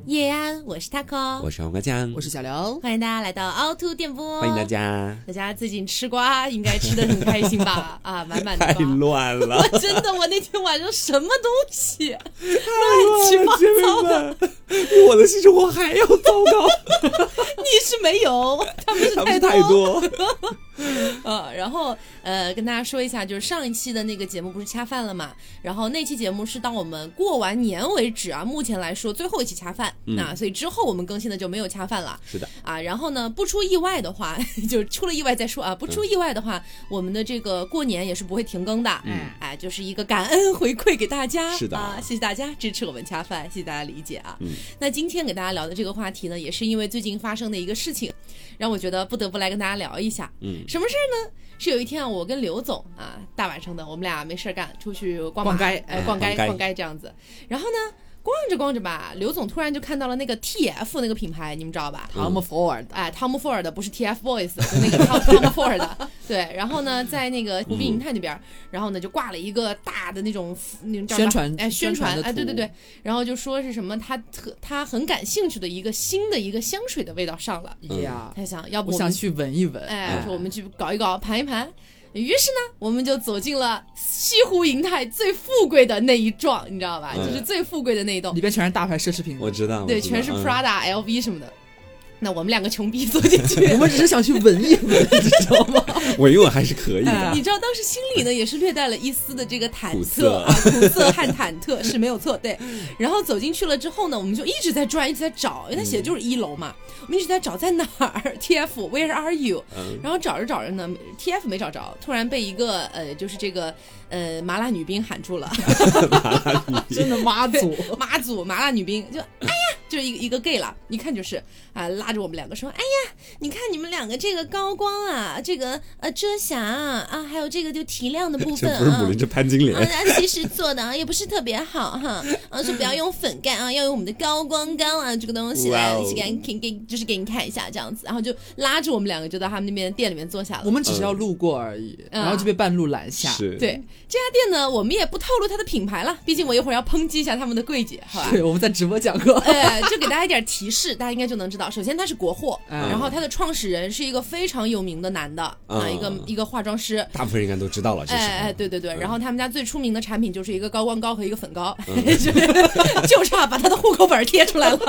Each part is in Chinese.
叶安，我是 Taco， 我是黄瓜酱， 我是小刘， 欢迎大家来到凹凸电波， 欢迎大家。 大家最近吃瓜应该吃得很开心吧？啊，满满的瓜， 太乱了！ 我真的，我那天晚上什么东西乱七八糟的， 比我的性生活还要糟糕。 你是没有，他们是太多。 然后跟大家说一下，就是上一期的那个节目不是恰饭了嘛？然后那期节目是到我们过完年为止啊，目前来说最后一期恰饭，所以之后我们更新的就没有恰饭了。 是的啊，然后呢，不出意外的话，就出了意外再说啊，不出意外的话，我们的这个过年也是不会停更的。就是一个感恩回馈给大家。 是的啊，谢谢大家支持我们恰饭，谢谢大家理解啊。那今天给大家聊的这个话题呢，也是因为最近发生的一个事情，让我觉得不得不来跟大家聊一下。什么事呢？是有一天啊，我跟刘总啊，大晚上的，我们俩没事干，出去逛街，逛街这样子。然后呢，逛着吧，刘总突然就看到了那个 TF 那个品牌，你们知道吧 ？Tom Ford， Tom Ford 不是 TFBOYS， 就那个 Tom Ford。对，然后呢，在那个湖滨银泰那边，然后呢就挂了一个大的那种宣传， 宣传，对，然后就说是什么他很感兴趣的一个新的一个香水的味道上了。他想要不我想去闻一闻， 说我们去搞一搞，盘一盘。于是呢，我们就走进了西湖银泰最富贵的那一幢，你知道吧？就是最富贵的那一栋， 里边全是大牌奢侈品。 我知道， 对，全是 Prada、LV 什么的。那我们两个穷逼走进去， 我们只是想去闻一闻，你知道吗？ 闻一闻还是可以的。 你知道当时心里呢也是略带了一丝的这个忐忑、苦涩和忐忑是没有错，对。然后走进去了之后呢，我们就一直在转，一直在找，因为它写的就是1楼嘛，我们一直在找在哪儿 TF Where are you？然后找着呢 TF 没找着，突然被一个就是这个麻辣女兵喊住了。 真的妈祖麻辣女兵就哎呀，就是一个 gay 了，一看就是啊，拉着我们两个说，哎呀，你看你们两个这个高光啊，这个遮瑕啊，还有这个就提亮的部分啊， 这不是母林，这潘金莲其实做的也不是特别好哈，说不要用粉干啊，要用我们的高光膏啊，这个东西来就是给你看一下这样子，然后就拉着我们两个就到他们那边店里面坐下了。 我们只是要路过而已，然后就被半路拦下。 对，这家店呢，我们也不透露它的品牌了，毕竟我一会儿要抨击一下他们的柜姐，好吧？ 对，我们在直播讲过。 就给大家一点提示，大家应该就能知道。首先，它是国货，然后它的创始人是一个非常有名的男的一个化妆师， 大部分人应该都知道了。 对。然后他们家最出名的产品就是一个高光膏和一个粉膏，就差把他的户口本贴出来了。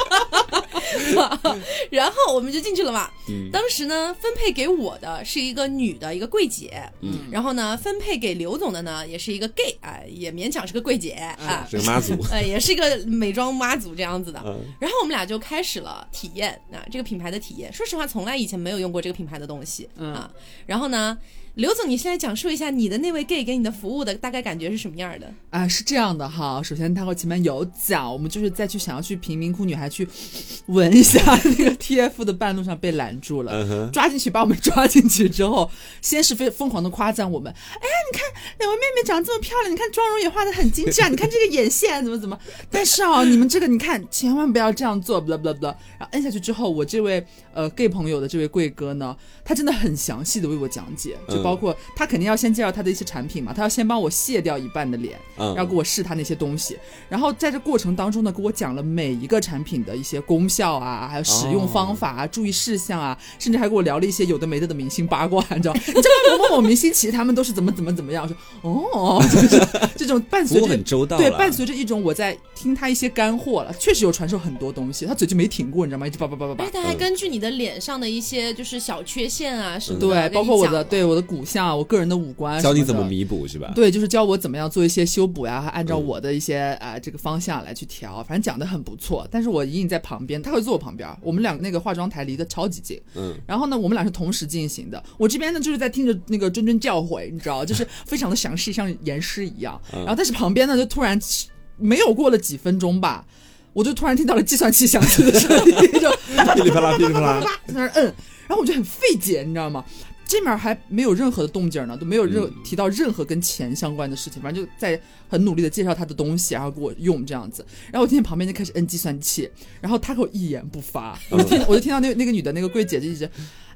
然后我们就进去了嘛。当时呢，分配给我的是一个女的一个柜姐，然后呢，分配给刘总的呢也是一个 gay 也勉强是个柜姐是个妈祖， 也是一个美妆妈祖这样子的。然后我们俩就开始了体验这个品牌的体验。说实话，从来以前没有用过这个品牌的东西然后呢，刘总，你现在讲述一下你的那位 gay 给你的服务的大概感觉是什么样的？ 是这样的哈。首先他会前面有讲，我们就是再去想要去贫民窟女孩去闻一下那个 TF 的半路上被拦住了，抓进去，把我们抓进去之后，先是疯狂的夸赞我们，哎呀，你看两位妹妹长这么漂亮，你看妆容也画得很精致啊，你看这个眼线怎么，但是你们这个你看千万不要这样做，blah blah blah。然后摁下去之后，我这位gay 朋友的这位贵哥呢，他真的很详细的为我讲解，就包括他肯定要先介绍他的一些产品嘛，他要先帮我卸掉一半的脸，然后给我试他那些东西，然后在这过程当中呢，给我讲了每一个产品的一些功效啊，还有使用方法啊，注意事项啊，甚至还给我聊了一些有的没的明星八卦，你知道你知道某某明星其实他们都是怎么样，说就是这种伴随着很周到， 对，伴随着一种我在听他一些干货了，确实有传授很多东西，他嘴就没停过，你知道吗？一直叭。 他还根据你的脸上的一些就是小缺陷啊什么的， 对，包括我的骨相，我个人的五官， 教你怎么弥补是吧？ 对，就是教我怎么样做一些修补呀，还按照我的一些这个方向来去调，反正讲得很不错。但是我隐隐在旁边，他会坐我旁边，我们俩那个化妆台离得超级近，然后呢，我们俩是同时进行的。我这边呢就是在听着那个谆教诲，你知道，就是非常的详细，像言诗一样。然后但是旁边呢就突然没有过了几分钟吧，我就突然听到了计算器响起的声音，就噼里啪啦在那摁，然后我就很费解，你知道吗？这面还没有任何的动静呢，都没有提到任何跟钱相关的事情，反正就在很努力的介绍他的东西，然后给我用这样子。然后我听见旁边就开始摁计算器，然后他给我一言不发，我就听到那个女的那个柜姐就一直，哎，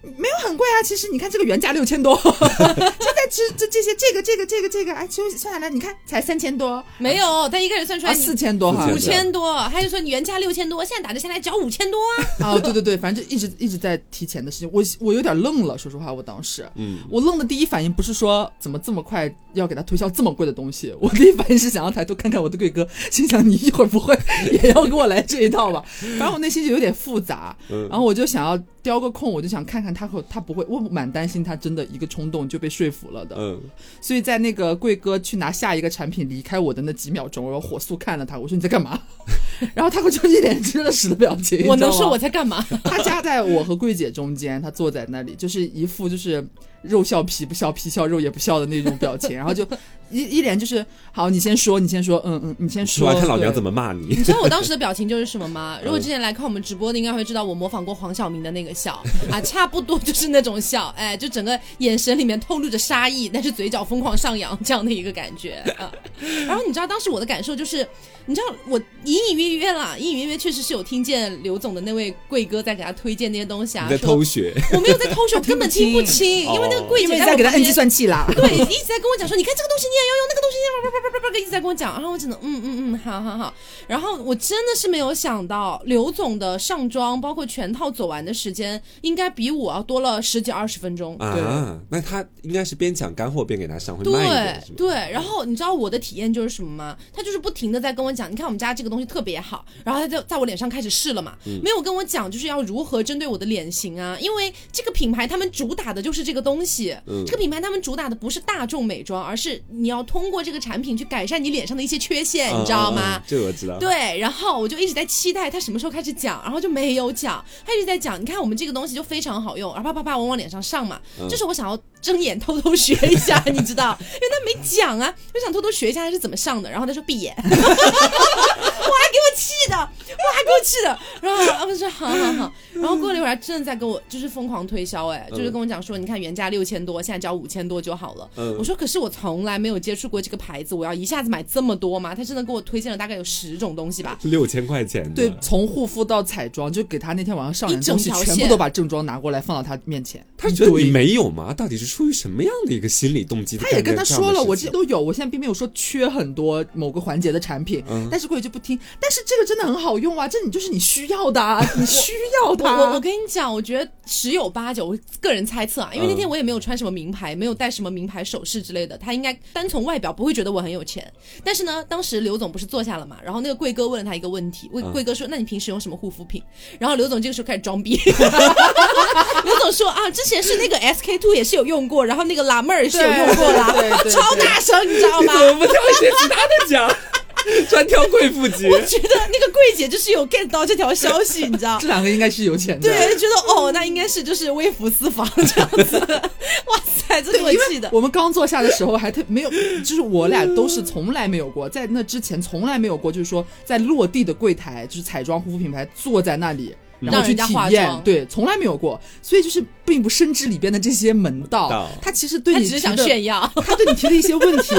没有很贵啊，其实你看这个原价6000多，现在这些这个，哎，其实算下来你看才3000多， 没有，他一个人算出来 4000多哈 ，5000多，他就说你原价6000多，现在打折下来只要5000多啊。 哦，对，反正就一直在提钱的事情，我有点愣了，说实话，我当时，我愣的第一反应不是说怎么这么快要给他推销这么贵的东西，我第一反应是想要抬头看看我的贵哥，心想你一会儿不会也要给我来这一套吧？反正我内心就有点复杂，然后我就想要雕个空，我就想看看他不会，我蛮担心他真的一个冲动就被说服了的，所以在那个贵哥去拿下一个产品离开我的那几秒钟，我火速看了他，我说你在干嘛？然后他就一脸吃了屎的表情， 我能说我在干嘛？ 他夹在我和柜姐中间，他坐在那里，就是一副就是肉笑皮不笑，皮笑肉也不笑的那种表情，然后就一脸就是好，你先说，你先说，你先说， 看老娘怎么骂你。 你知道我当时的表情就是什么吗？如果之前来看我们直播的，应该会知道我模仿过黄晓明的那个笑啊，差不多就是那种笑，哎，就整个眼神里面透露着杀意，但是嘴角疯狂上扬这样的一个感觉啊。然后你知道当时我的感受就是，你知道我隐隐约约确实是有听见刘总的那位贵哥在给他推荐那些东西啊。 你在偷学？ 我没有在偷学，我根本听不清，因为那个柜姐在给他摁计算器啦。 对，一直在跟我讲说，你看这个东西你也要用，那个东西你一直在跟我讲，然后我只能好。然后我真的是没有想到，刘总的上妆包括全套走完的时间，应该比我要多了10几20分钟。 对，那他应该是边讲干货边给他上，会慢一点。 对，然后你知道我的体验就是什么吗？他就是不停的在跟我讲，你看我们家这个东西特别好，然后他就在我脸上开始试了嘛，没有跟我讲就是要如何针对我的脸型啊，因为这个品牌他们主打的就是这个东西，这个品牌他们主打的不是大众美妆，而是你要通过这个产品去改善你脸上的一些缺陷，你知道吗？ 这我知道。 对，然后我就一直在期待他什么时候开始讲，然后就没有讲，他一直在讲，你看我们这个东西就非常好用，然后啪往脸上上嘛，这是我想要睁眼偷偷学一下，你知道，因为他没讲啊，就想偷偷学一下他是怎么上的，然后他说闭眼，我还给我气的，然后我说好，然后过了一会儿真的在跟我就是疯狂推销，就是跟我讲说，你看原价6000多，现在只要5000多就好了。我说可是我从来没有接触过这个牌子，我要一下子买这么多吗？他真的给我推荐了大概有10种东西吧 ，6000块钱。 对，从护肤到彩妆，就给他那天晚上上演的东西，全部都把正装拿过来放到他面前。 他觉得你没有吗？到底是出于什么样的一个心理动机？ 他也跟他说了，我这都有，我现在并没有说缺很多某个环节的产品，但是柜姐就不听。但是这个真的很好用啊，这就是你需要的啊，你需要的啊。 我跟你讲，我觉得10有8九，我个人猜测啊，因为那天我也没有穿什么名牌，没有戴什么名牌首饰之类的，他应该单从外表不会觉得我很有钱。但是呢，当时刘总不是坐下了嘛，然后那个贵哥问了他一个问题，贵哥说：“那你平时用什么护肤品？”然后刘总这个时候开始装逼，刘总说啊，之前是那个 SK2 也是有用过，然后那个辣妹儿也是有用过啦，超大声，你知道吗？ 你怎么不挑一些其他的讲？专挑贵妇级。 我觉得那个柜姐就是有 get 到这条消息，你知道？ 这两个应该是有钱的。 对，就觉得那应该是就是微服私访这样子。哇塞，这个我气的。 我们刚坐下的时候还没有，就是我俩都是从来没有过，在那之前从来没有过，就是说在落地的柜台，就是彩妆护肤品牌坐在那里。然后去体验，对，从来没有过，所以就是并不深知里边的这些门道。他其实对你只是想炫耀， 他对你提的一些问题。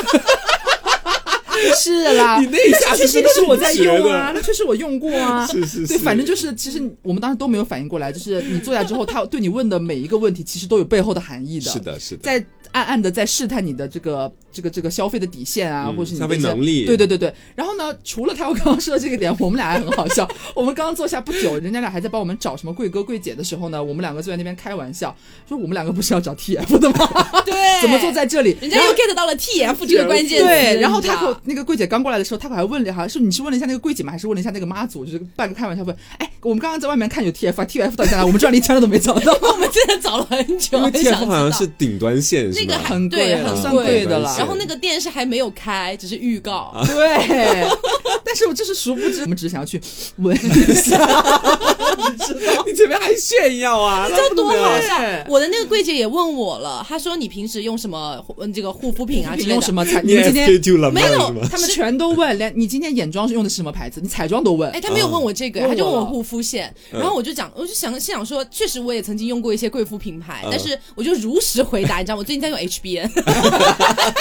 是啦， 你那一下确实是我在用啊，那确实我用过啊。 是， 对，反正就是，其实我们当时都没有反应过来，就是你坐下之后，他对你问的每一个问题，其实都有背后的含义的。 是的， 在暗暗的在试探你的这个消费的底线啊，或者是你的消费能力。 对。然后呢，除了他我刚刚说的这个点，我们俩还很好笑。我们刚刚坐下不久，人家俩还在帮我们找什么贵哥贵姐的时候呢，我们两个就在那边开玩笑，说我们两个不是要找 TF 的吗？ 对， 怎么坐在这里？ 人家又 get 到了 TF 这个关键词。 对，然后他那个柜姐刚过来的时候，他还问了，好像是你是问了一下那个柜姐吗？还是问了一下那个妈祖？就是半个开玩笑问，我们刚刚在外面看有 TF 啊 ，TF 到底在哪？我们这里1圈都没找到， 我们真的找了很久。 因为 TF 好像是顶端线， 那个很贵，很算贵的了。 然后那个店是还没有开，只是预告。 对，但是我就是殊不知，我们只是想要去闻一下， 你知道？你前面还炫耀啊， 你知道多好笑？我的那个柜姐也问我了，她说你平时用什么这个护肤品啊之类的？ 用什么彩？你们今天没有？ 他们全都问，连你今天眼妆是用的是什么牌子？你彩妆都问。 他没有问我这个，他就问我护肤线。然后我就想说，确实我也曾经用过一些贵妇品牌，但是我就如实回答，你知道我最近在用 HBN。然后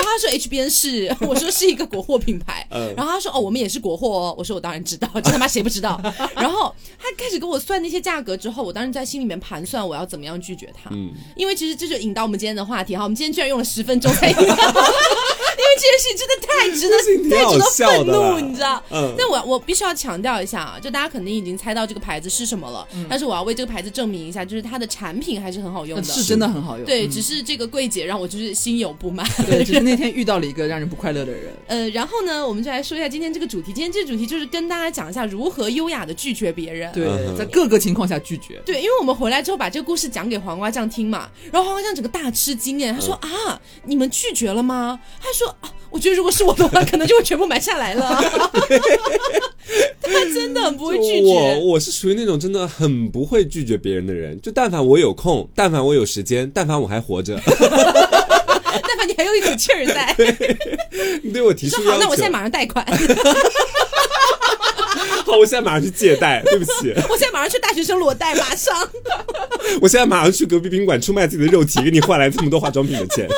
他说 HBN 是，我说是一个国货品牌，然后他说我们也是国货哦，我说我当然知道，这他妈谁不知道？然后他开始跟我算那些价格之后，我当时在心里面盘算我要怎么样拒绝他，因为其实这就引到我们今天的话题哈，我们今天居然用了10分钟才引到。因为这件事情真的太值得愤怒，你知道？但我必须要强调一下啊，就大家肯定已经猜到这个牌子是什么了，但是我要为这个牌子证明一下，就是它的产品还是很好用的， 是真的很好用。 对，只是这个柜姐让我就是心有不满。 对，只是那天遇到了一个让人不快乐的人。 然后呢，我们就来说一下今天这个主题。今天这个主题就是跟大家讲一下如何优雅的拒绝别人。 对，在各个情况下拒绝。 对，因为我们回来之后把这个故事讲给黄瓜酱听嘛，然后黄瓜酱整个大吃惊耶，他说啊，你们拒绝了吗？他说啊，我觉得如果是我的话，可能就会全部买下来了。他真的很不会拒绝。 我是属于那种真的很不会拒绝别人的人，就但凡我有空，但凡我有时间，但凡我还活着。 但凡你还有一口气儿在， 你对我提出要求， 好，那我现在马上贷款。 好，我现在马上去借贷，对不起。 我现在马上去大学生裸贷，马上。 我现在马上去隔壁宾馆出卖自己的肉体，给你换来这么多化妆品的钱。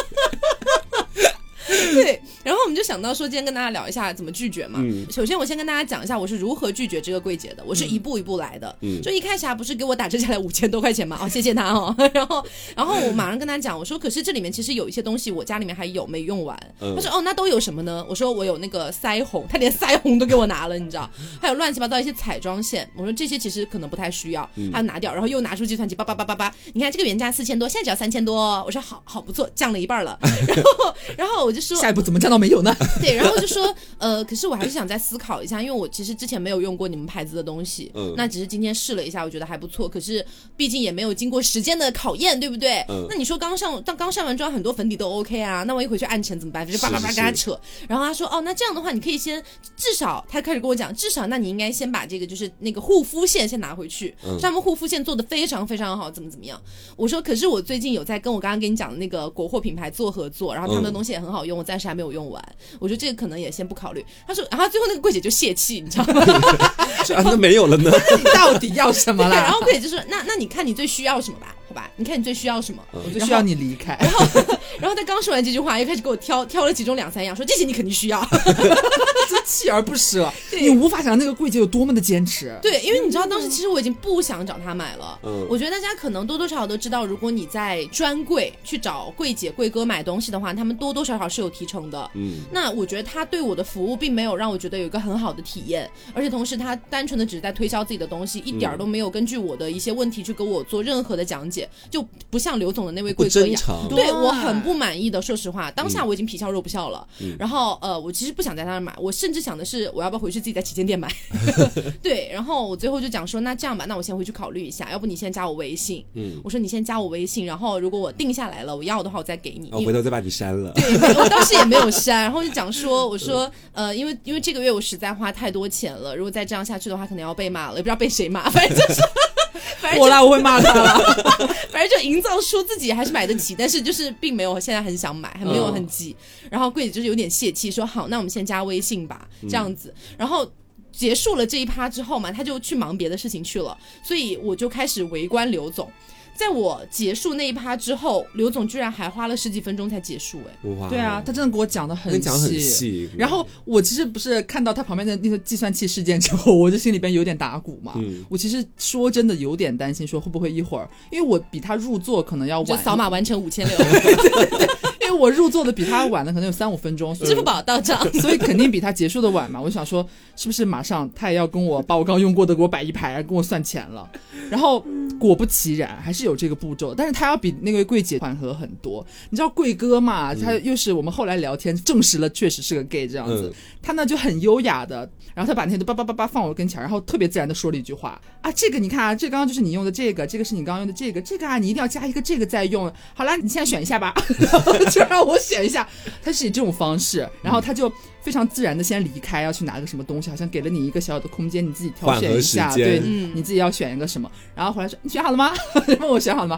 对，然后我们就想到说今天跟大家聊一下怎么拒绝嘛。首先我先跟大家讲一下我是如何拒绝这个柜姐的，我是一步一步来的。就一开始不是给我打折下来5000多块钱嘛，谢谢他哦。然后我马上跟他讲，我说可是这里面其实有一些东西我家里面还有没用完。他说那都有什么呢？我说我有那个腮红，他连腮红都给我拿了，你知道，还有乱七八糟一些彩妆线，我说这些其实可能不太需要，他拿掉，然后又拿出计算器叭，你看这个原价4000多，现在只要3000多，我说好不错，降了一半了。然后我就说下一步怎么降到没有呢？ 对，然后就说可是我还是想再思考一下，因为我其实之前没有用过你们牌子的东西，那只是今天试了一下，我觉得还不错，可是毕竟也没有经过时间的考验，对不对？那你说刚上完妆很多粉底都 OK 啊，那我一回去暗沉怎么办？就叭跟他扯。然后他说那这样的话你可以先至少，他开始跟我讲，至少那你应该先把这个就是那个护肤线先拿回去，他们护肤线做的非常非常好，怎么样？我说可是我最近有在跟我刚刚跟你讲的那个国货品牌做合作，然后他们的东西也很好用，我暂时还没有用完，我觉得这个可能也先不考虑。他说，然后最后那个柜姐就泄气，你知道吗？ 那没有了呢？ 你到底要什么啦？ 然后柜姐就说，那你看你最需要什么吧？好吧，你看你最需要什么？ 我最需要你离开。 然后他刚说完这句话，又开始给我挑了其中2-3样，说这些你肯定需要。 这锲而不舍，你无法想象那个柜姐有多么的坚持。 对，因为你知道当时其实我已经不想找他买了。我觉得大家可能多多少少都知道，如果你在专柜去找柜姐柜哥买东西的话，他们多多少少是有提成的。那我觉得他对我的服务并没有让我觉得有一个很好的体验，而且同时他单纯的只是在推销自己的东西，一点都没有根据我的一些问题去给我做任何的讲解，就不像刘总的那位柜哥一样，对我很不满意的。说实话，当下我已经皮笑肉不笑了。然后我其实不想在他那买，我甚至想的是我要不要回去自己在旗舰店买。对，然后我最后就讲说，那这样吧，那我先回去考虑一下，要不你先加我微信。我说你先加我微信，然后如果我定下来了我要的话我再给你， 我回头再把你删了。 对，我当时也没有删，然后就讲说，我说因为这个月我实在花太多钱了，如果再这样下去的话可能要被骂了，也不知道被谁骂，反正就是我会骂他了。 反正就营造出自己还是买得起，但是就是并没有现在很想买，还没有很急。然后柜姐就是有点泄气，说好，那我们先加微信吧，这样子。然后结束了这一趴之后嘛，他就去忙别的事情去了，所以我就开始围观刘总。在我结束那一趴之后，刘总居然还花了10几分钟才结束。 对啊，他真的给我讲得很细。然后我其实不是看到他旁边的那个计算器事件之后，我就心里边有点打鼓嘛。我其实说真的有点担心，说会不会一会儿，因为我比他入座可能要晚， 就扫码完成5600。 对，因为我入座的比他晚的可能有3-5分钟， 支付宝到账， 所以肯定比他结束的晚嘛。我就想说，是不是马上他也要跟我把我刚用过的给我摆一排，跟我算钱了？然后果不其然，还是有这个步骤，但是他要比那位柜姐缓和很多。你知道柜哥嘛，他又是我们后来聊天证实了确实是个 gay 这样子，他呢就很优雅的，然后他把那些都叭放我跟前，然后特别自然的说了一句话啊，这个你看啊，这刚刚就是你用的这个是你刚刚用的这个啊，你一定要加一个这个再用。好啦，你现在选一下吧。就让我选一下，他是以这种方式，然后他就非常自然的先离开，要去拿个什么东西，好像给了你一个小小的空间，你自己挑选一下，对，你自己要选一个什么。然后回来说你选好了吗？问我选好了吗？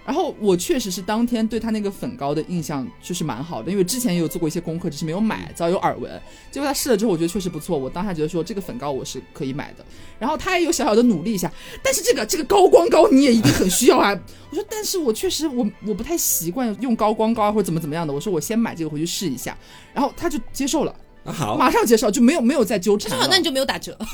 然后我确实是当天对他那个粉膏的印象就是蛮好的，因为之前也有做过一些功课，只是没有买，早有耳闻。结果他试了之后，我觉得确实不错，我当下觉得说这个粉膏我是可以买的。然后他也有小小的努力一下，但是这个高光膏你也一定很需要啊。我说，但是我确实我不太习惯用高光膏或者怎么样的，我说我先买这个回去试一下，然后他就接受了。 好， 马上接受，就没有再纠缠了。 好，那你就没有打折。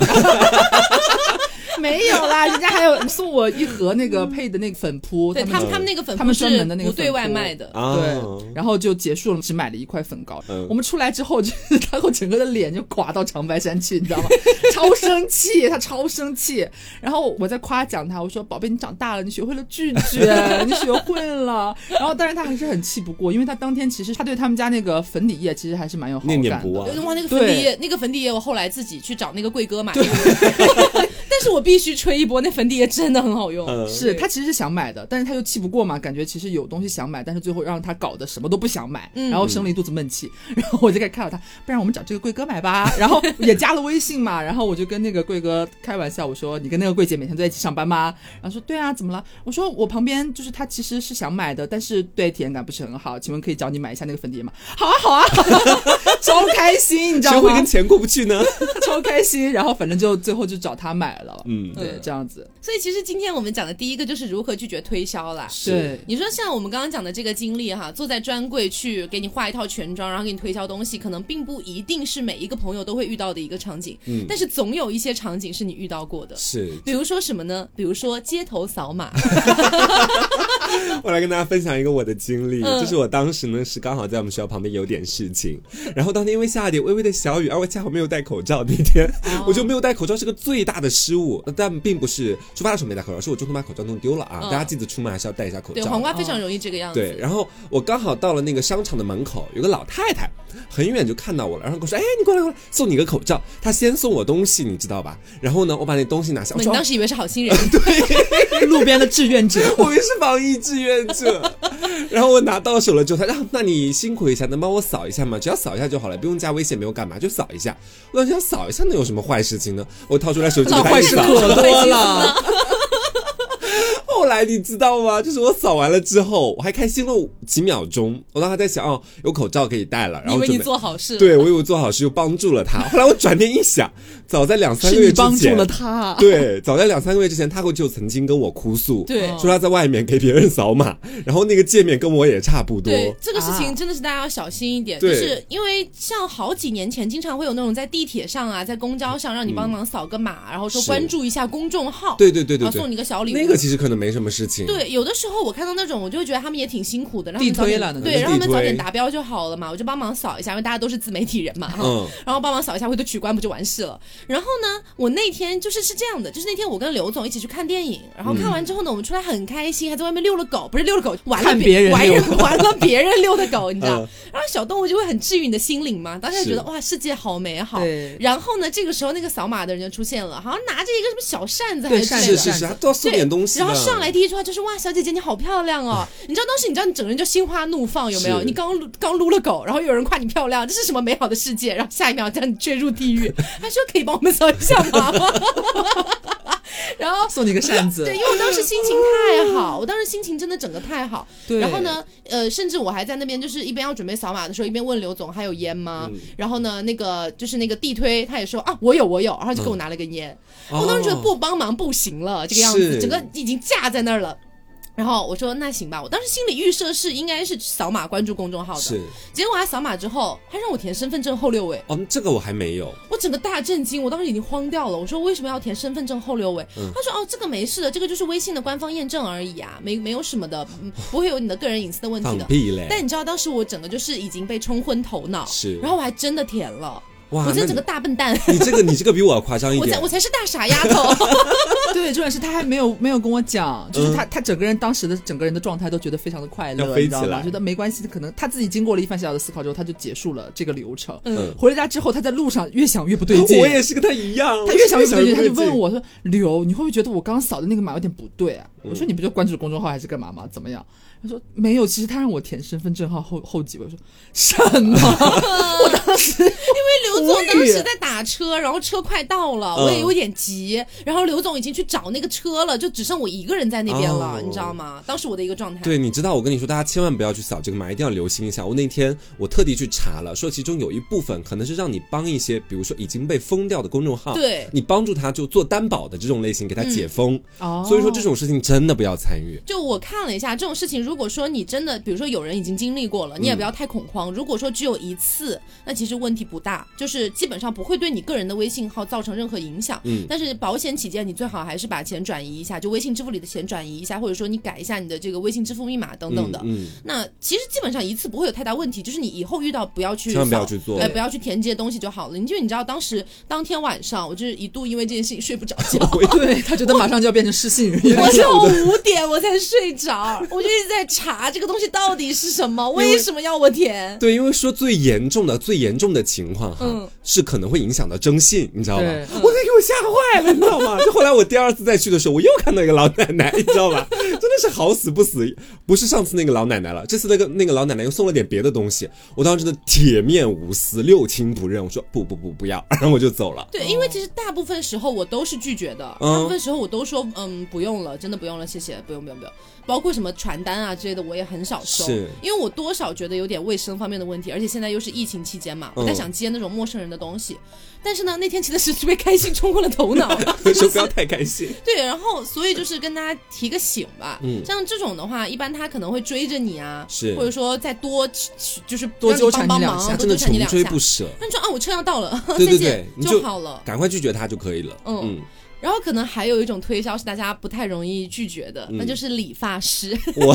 没有啦，人家还有送我一盒那个配的那个粉扑， 对他们那个粉扑他们专门的那个不对外卖的， 对，然后就结束了，只买了一块粉膏。我们出来之后，就是他我整个的脸就垮到长白山去，你知道吗？超生气，他超生气。然后我在夸奖他，我说：“宝贝，你长大了，你学会了拒绝，你学会了。”然后，但是他还是很气不过，因为他当天其实他对他们家那个粉底液其实还是蛮有好感的。 念念不忘。 哇，那个粉底液，我后来自己去找那个贵哥买的。但是我必须吹一波，那粉底液真的很好用。 是他其实是想买的，但是他又气不过嘛，感觉其实有东西想买，但是最后让他搞得什么都不想买，然后生了一肚子闷气。然后我就看到他，不然我们找这个贵哥买吧。然后也加了微信嘛，然后我就跟那个贵哥开玩笑，我说：“你跟那个贵姐每天都在一起上班吗？”然后说：“对啊，怎么了？”我说：“我旁边就是他其实是想买的，但是对体验感不是很好，请问可以找你买一下那个粉底液吗？”好啊，好啊，超开心，你知道吗？ 谁会跟钱过不去呢？ 超开心。然后反正就最后就找他买了。对，这样子。 所以其实今天我们讲的第一个就是如何拒绝推销啦。 对， 你说像我们刚刚讲的这个经历哈，坐在专柜去给你画一套全妆，然后给你推销东西，可能并不一定是每一个朋友都会遇到的一个场景。但是总有一些场景是你遇到过的。 是， 比如说什么呢？比如说街头扫码。 我来跟大家分享一个我的经历，就是我当时呢是刚好在我们学校旁边有点事情，然后当天因为下了点微微的小雨，而我恰好没有戴口罩，那天我就没有戴口罩，是个最大的失误。但并不是出发的时候没戴口罩，是我中途把口罩弄丢了啊！大家记得出门还是要戴一下口罩。 对，黄瓜非常容易这个样子。 对，然后我刚好到了那个商场的门口，有个老太太很远就看到我了，然后跟我说：“哎，你过来，送你个口罩。”她先送我东西，你知道吧？然后呢，我把那东西拿下。 你当时以为是好心人， 对，路边的志愿者， 我以为是防疫志愿者。然后我拿到手了之后，他说：“那你辛苦一下，能帮我扫一下吗？只要扫一下就好了，不用加微信，没有干嘛，就扫一下。”我想扫一下能有什么坏事情呢？我掏出来手机， 坏事可多了。 后来你知道吗？就是我扫完了之后，我还开心了几秒钟。我当时在想，哦，有口罩可以戴了，然后以为你做好事了。 对，我以为我做好事，又帮助了他。后来我转念一想，早在2-3个月之前，是你帮助了他。 对，早在2-3个月之前，他就曾经跟我哭诉， 对， 说他在外面给别人扫码，然后那个界面跟我也差不多。 对，这个事情真的是大家要小心一点，就是因为像好几年前，经常会有那种在地铁上啊，在公交上让你帮忙扫个码，然后说关注一下公众号， 对，然后送你个小礼物。 那个其实可能没什么事情。 对，有的时候我看到那种，我就会觉得他们也挺辛苦的，让地推了， 对，让他们早点达标就好了嘛，我就帮忙扫一下，因为大家都是自媒体人嘛，然后帮忙扫一下，回头取关不就完事了？然后呢，我那天是这样的，就是那天我跟刘总一起去看电影，然后看完之后呢，我们出来很开心，还在外面遛了狗，不是遛了狗，玩了别人遛的狗，你知道？然后小动物就会很治愈你的心灵嘛，当时就觉得哇，世界好美好。然后呢，这个时候那个扫码的人就出现了，好像拿着一个什么小扇子还是之类的， 是，他都要送点东西。 然后上来第一句话就是哇，小姐姐你好漂亮哦！你知道当时你整个人就心花怒放，有没有？你刚撸了狗，然后有人夸你漂亮，这是什么美好的世界？然后下一秒叫你坠入地狱，他说可以帮我们扫一下吗？然后送你个扇子。 对，因为我当时心情太好，我当时心情真的整个太好。 对。 然后呢，甚至我还在那边就是一边要准备扫码的时候，一边问刘总还有烟吗？然后呢，那个地推他也说啊我有，然后就给我拿了根烟。我当时觉得不帮忙不行了，这个样子，整个已经架在那儿了。然后我说那行吧，我当时心里预设是应该是扫码关注公众号的， 是。 结果他扫码之后，他让我填身份证后6位。 哦，这个我还没有。 我整个大震惊，我当时已经慌掉了。我说为什么要填身份证后6位？他说哦，这个没事的，这个就是微信的官方验证而已啊，没有什么的，不会有你的个人隐私的问题的。 放屁嘞！ 但你知道当时我整个就是已经被冲昏头脑， 是。 然后我还真的填了。 哇， 我真的整个大笨蛋！ 你这个比我夸张一点， 我才是大傻丫头。 对，重点是他还没有跟我讲，就是他整个人当时的整个人的状态都觉得非常的快乐，你知道吗？觉得没关系，可能他自己经过了一番小小的思考之后，他就结束了这个流程。回了家之后，他在路上越想越不对劲。 我也是跟他一样， 他越想越不对劲，他就问我说：“刘，你会不会觉得我刚刚扫的那个码有点不对啊？”我说：“你不就关注公众号还是干嘛吗？怎么样？”他说没有，其实他让我填身份证号后几位。我说什么？我当时因为刘总当时在打车，然后车快到了，我也有点急，然后刘总已经去找那个车了，就只剩我一个人在那边了，你知道吗？当时我的一个状态。 对，你知道我跟你说，大家千万不要去扫这个码，一定要留心一下。我那天我特地去查了，说其中有一部分可能是让你帮一些，比如说已经被封掉的公众号， 对， 你帮助他就做担保的这种类型，给他解封。所以说这种事情真的不要参与。 就我看了一下，这种事情如果说你真的，比如说有人已经经历过了，你也不要太恐慌。如果说只有一次，那其实问题不大，就是基本上不会对你个人的微信号造成任何影响。但是保险起见，你最好还是把钱转移一下，就微信支付里的钱转移一下，或者说你改一下你的这个微信支付密码等等的。那其实基本上一次不会有太大问题，就是你以后遇到不要去千万不要去做， 不要去填这些东西就好了。因为你知道当天晚上我就是一度因为这件事情睡不着觉， 对，他觉得马上就要变成失信人， 我下午5点我才睡着，我就一直在查这个东西到底是什么，为什么要我填？ 对，因为说最严重的情况哈，是可能会影响到征信，你知道吧？我给我吓坏了，你知道吗？就后来我第二次再去的时候，我又看到一个老奶奶，你知道吧？真的是好死不死，不是上次那个老奶奶了，这次那个老奶奶又送了点别的东西，我当时真的铁面无私，六亲不认，我说不要，然后我就走了。 对，因为其实大部分时候我都是拒绝的，大部分时候我都说不用了，真的不用了，谢谢，不用。包括什么传单啊之类的我也很少收，因为我多少觉得有点卫生方面的问题，而且现在又是疫情期间嘛，不太想接那种陌生人的东西。但是呢，那天真的是被开心冲昏了头脑， 说不要太开心。 对，然后所以就是跟大家提个醒吧，像这种的话，一般他可能会追着你啊，或者说再多就是多纠缠你两下， 真的穷追不舍。 那你说我车要到了， 对， 就好了， 赶快拒绝他就可以了。 然后可能还有一种推销是大家不太容易拒绝的，那就是理发师。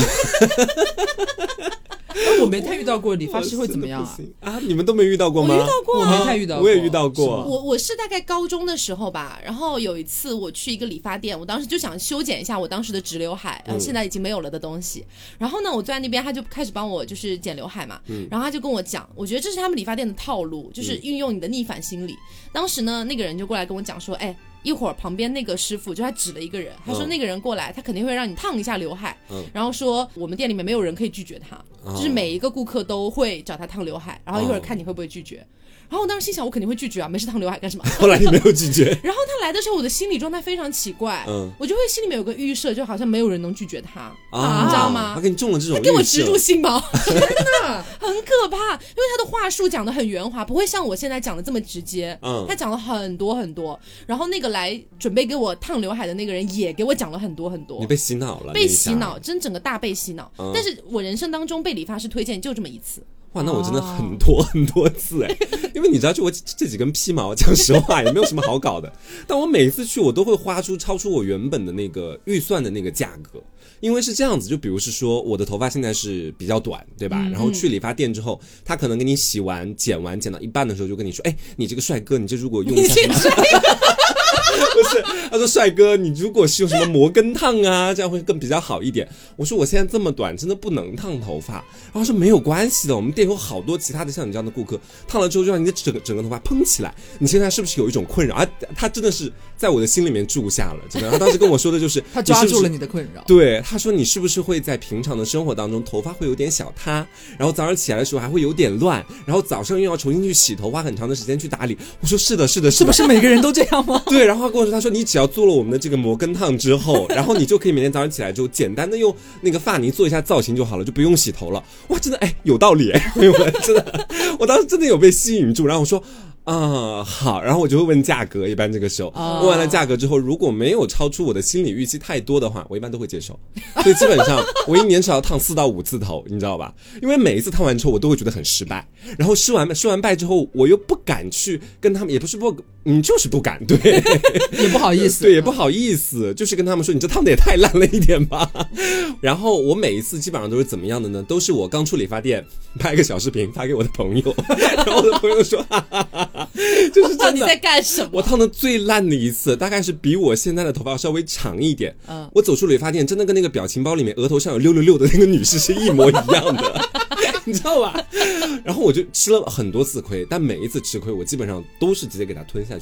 我没太遇到过理发师会怎么样啊？你们都没遇到过吗？ 我遇到过， 我没太遇到过， 我也遇到过。 我是大概高中的时候吧，然后有一次我去一个理发店，我当时就想修剪一下我当时的直刘海，现在已经没有了的东西。然后呢，我坐在那边，他就开始帮我就是剪刘海嘛，然后他就跟我讲，我觉得这是他们理发店的套路，就是运用你的逆反心理。当时呢，那个人就过来跟我讲说，一会儿旁边那个师傅就他指了一个人，他说那个人过来，他肯定会让你烫一下刘海，然后说我们店里面没有人可以拒绝他，就是每一个顾客都会找他烫刘海，然后一会儿看你会不会拒绝。然后我当时心想，我肯定会拒绝啊，没事烫刘海干什么？ 后来你没有拒绝。 然后他来的时候，我的心理状态非常奇怪，我就会心里面有个预设，就好像没有人能拒绝他，你知道吗？ 他给你中了这种预设， 他给我植入心锚，真的很可怕。因为他的话术讲得很圆滑，不会像我现在讲的这么直接。他讲了很多很多，然后那个来准备给我烫刘海的那个人也给我讲了很多很多。 你被洗脑了， 被洗脑，真整个大被洗脑。但是我人生当中被理发师推荐就这么一次。 哇，那我真的很多次因为你知道，就我这几根屁毛，讲实话也没有什么好搞的。但我每一次去，我都会花出超出我原本的那个预算的那个价格，因为是这样子，就比如是说我的头发现在是比较短，对吧？然后去理发店之后，他可能给你洗完、剪到一半的时候，就跟你说，你这个帅哥，你这如果用一下什么。不是，他说帅哥，你如果是用什么摩根烫啊，这样会更比较好一点。我说我现在这么短，真的不能烫头发。然后说没有关系的，我们店有好多其他的像你这样的顾客，烫了之后就让你的整个头发蓬起来。你现在是不是有一种困扰？他真的是在我的心里面住下了，真的。他当时跟我说的就是他抓住了你的困扰。 对，他说你是不是会在平常的生活当中头发会有点小塌，然后早上起来的时候还会有点乱，然后早上又要重新去洗头，花很长的时间去打理。我说是的，是不是每个人都这样吗？ 对，然后他跟我说，他说你只要做了我们的这个摩根烫之后，然后你就可以每天早上起来之后简单的用那个发泥做一下造型就好了，就不用洗头了。哇，真的有道理朋友们，真的，我当时真的有被吸引住，然后我说好，然后我就会问价格，一般这个时候问完了价格之后，如果没有超出我的心理预期太多的话，我一般都会接受。所以基本上我一年至少要烫4到5次头，你知道吧？因为每一次烫完之后我都会觉得很失败，然后失完败之后我又不敢去跟他们，也不是就是不敢，对， 也不好意思， 对，也不好意思，就是跟他们说你这烫的也太烂了一点吧。然后我每一次基本上都是怎么样的呢？都是我刚出理发店拍个小视频发给我的朋友，然后我的朋友说就是真的， 你在干什么？ 我烫的最烂的一次，大概是比我现在的头发稍微长一点。我走出理发店，真的跟那个表情包里面额头上有666的那个女士是一模一样的。你知道吧？然后我就吃了很多次亏，但每一次吃亏我基本上都是直接给它吞下去，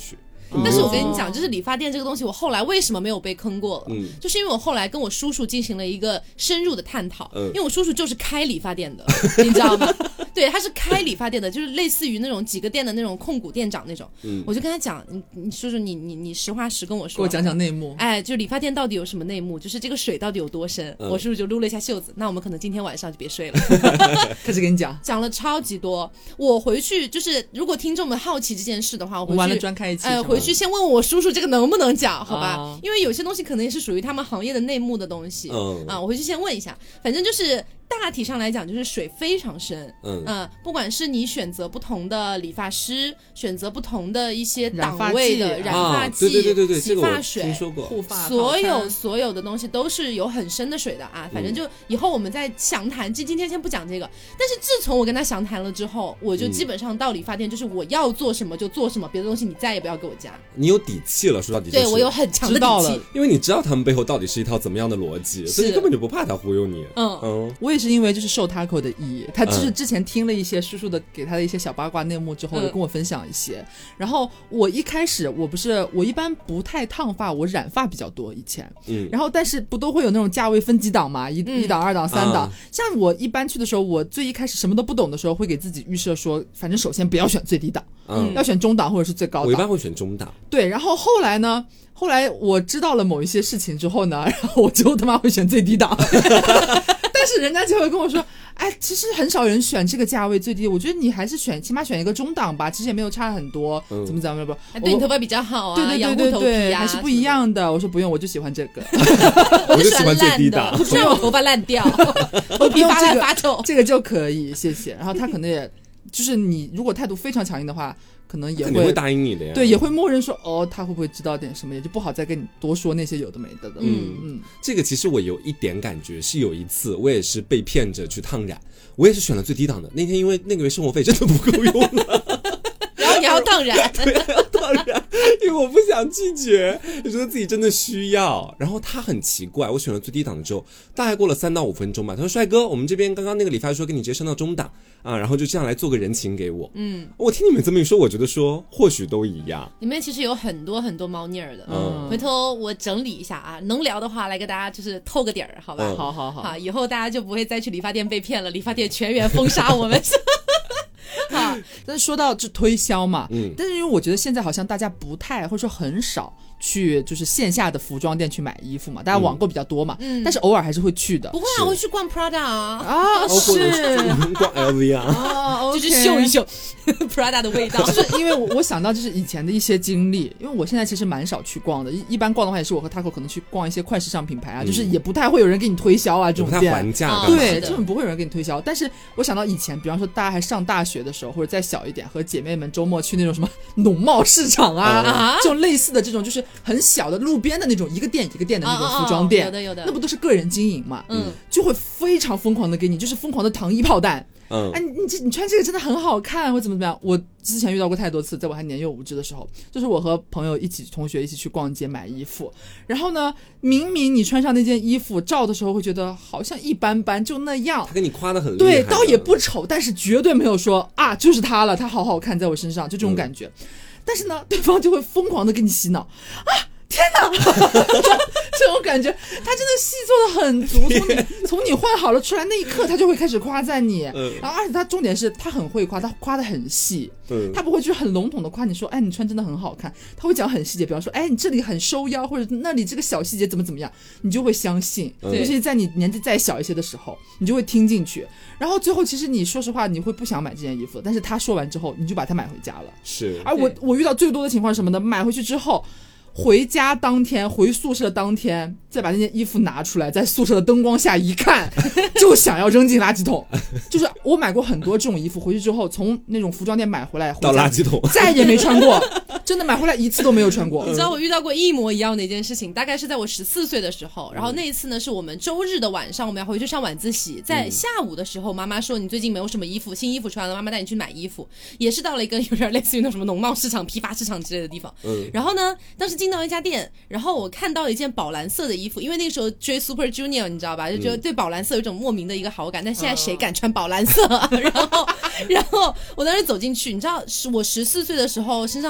但是我跟你讲，就是理发店这个东西，我后来为什么没有被坑过了？就是因为我后来跟我叔叔进行了一个深入的探讨，因为我叔叔就是开理发店的，你知道吗？对，他是开理发店的，就是类似于那种几个店的那种控股店长那种。我就跟他讲，你叔叔，你实话实跟我说， 给我讲讲内幕。 哎，就理发店到底有什么内幕？就是这个水到底有多深？我叔叔就撸了一下袖子，那我们可能今天晚上就别睡了。 开始给你讲了超级多。我回去就是，如果听众们好奇这件事的话，我回去完了专开一期， 回去先问问我叔叔这个能不能讲，好吧？因为有些东西可能也是属于他们行业的内幕的东西。我回去先问一下，反正就是。大体上来讲，就是水非常深，不管是你选择不同的理发师，选择不同的一些档位的染发剂、 对， 洗发水、 听说过护发， 所有的东西都是有很深的水的啊。反正就以后我们再详谈，今天先不讲这个。但是自从我跟他详谈了之后，我就基本上到理发店就是我要做什么就做什么，别的东西你再也不要给我加。 你有底气了，说到底对我有很强的底气， 因为你知道他们背后到底是一套怎么样的逻辑，所以你根本就不怕他忽悠你。 我也是因为就是受Taco的意，他就是之前听了一些叔叔的给他的一些小八卦内幕之后，也跟我分享一些。然后我一开始我一般不太烫发，我染发比较多以前。然后但是不都会有那种价位分几档嘛，一档、2档、3档。像我一般去的时候，我最一开始什么都不懂的时候，会给自己预设说，反正首先不要选最低档，要选中档或者是最高档。 我一般会选中档。 对，然后后来我知道了某一些事情之后呢，然后我就他妈会选最低档。但是人家就会跟我说，哎，其实很少人选这个价位最低，我觉得你还是起码选一个中档吧，其实也没有差很多，怎么不， 对你头发比较好啊， 对，还是不一样的。我说不用，我就喜欢这个， 我就喜欢最低档， 不让我头发烂掉，头皮发烂发臭， 这个就可以，谢谢。然后他可能也就是你如果态度非常强硬的话。可能也会答应你的呀， 对，也会默认说他会不会知道点什么，也就不好再跟你多说那些有的没的的。 这个其实我有一点感觉，是有一次我也是被骗着去烫染，我也是选了最低档的。那天因为那个月生活费真的不够用了， 然后你要烫染， 对，要烫染，因为我不想拒绝，就觉得自己真的需要。然后他很奇怪，我选了最低档的之后，大概过了3到5分钟吧，他说：“帅哥，我们这边刚刚那个理发师说跟你直接升到中档啊，然后就这样来做个人情给我。”我听你们这么一说，我觉得说或许都一样， 里面其实有很多很多猫腻儿的。回头我整理一下啊，能聊的话来给大家就是透个底儿，好吧？好，以后大家就不会再去理发店被骗了，理发店全员封杀我们。 好，但是说到这推销嘛，但是因为我觉得现在好像大家不太或者说很少去就是线下的服装店去买衣服嘛，大家网购比较多嘛，但是偶尔还是会去的。 不会啊，我会去逛 Prada 是逛 LV 啊， 就是秀一秀 Prada 的味道。 就是因为我想到就是以前的一些经历，因为我现在其实蛮少去逛的，一般逛的话也是我和 Taco 可能去逛一些快时尚品牌啊，就是也不太会有人给你推销啊这种店， 不太还价， 对，基本不会有人给你推销。但是我想到以前，比方说大家还上大学的时候，或者再小一点，和姐妹们周末去那种什么农贸市场啊，这种类似的这种就是很小的路边的那种一个店一个店的那种服装店， 有的， 那不都是个人经营嘛，就会非常疯狂的给你，就是疯狂的糖衣炮弹。哎，你穿这个真的很好看，或怎么样？我之前遇到过太多次，在我还年幼无知的时候，就是我和朋友同学一起去逛街买衣服，然后呢，明明你穿上那件衣服，照的时候会觉得好像一般般，就那样。 他给你夸得很厉害， 对，倒也不丑，但是绝对没有说啊，就是它了，它好好看，在我身上，就这种感觉。但是呢，对方就会疯狂的给你洗脑啊！天哪，这种感觉，他真的戏做的很足，从你换好了出来那一刻，他就会开始夸赞你，然后而且他重点是他很会夸，他夸的很细，他不会就是很笼统的夸你说，哎，你穿真的很好看，他会讲很细节，比方说，哎，你这里很收腰，或者那里这个小细节怎么样，你就会相信，尤其是在你年纪再小一些的时候，你就会听进去，然后最后其实你说实话，你会不想买这件衣服，但是他说完之后，你就把它买回家了。 是， 而我遇到最多的情况是什么呢？买回去之后。回家当天，回宿舍当天，再把那件衣服拿出来，在宿舍的灯光下一看，就想要扔进垃圾桶。就是我买过很多这种衣服，回去之后从那种服装店买回来， 到垃圾桶， 再也没穿过。真的买回来一次都没有穿过。 你知道我遇到过一模一样的一件事情，大概是在我14岁的时候，然后那一次呢是我们周日的晚上，我们要回去上晚自习，在下午的时候，妈妈说你最近没有什么衣服，新衣服穿了，妈妈带你去买衣服，也是到了一个有点类似于那什么农贸市场、批发市场之类的地方。然后呢，当时进到一家店，然后我看到一件宝蓝色的衣服，因为那个时候追 Super Junior 你知道吧，就觉得对宝蓝色有一种莫名的一个好感，但现在谁敢穿宝蓝色？然后我当时走进去，你知道是我14岁的时候身上还是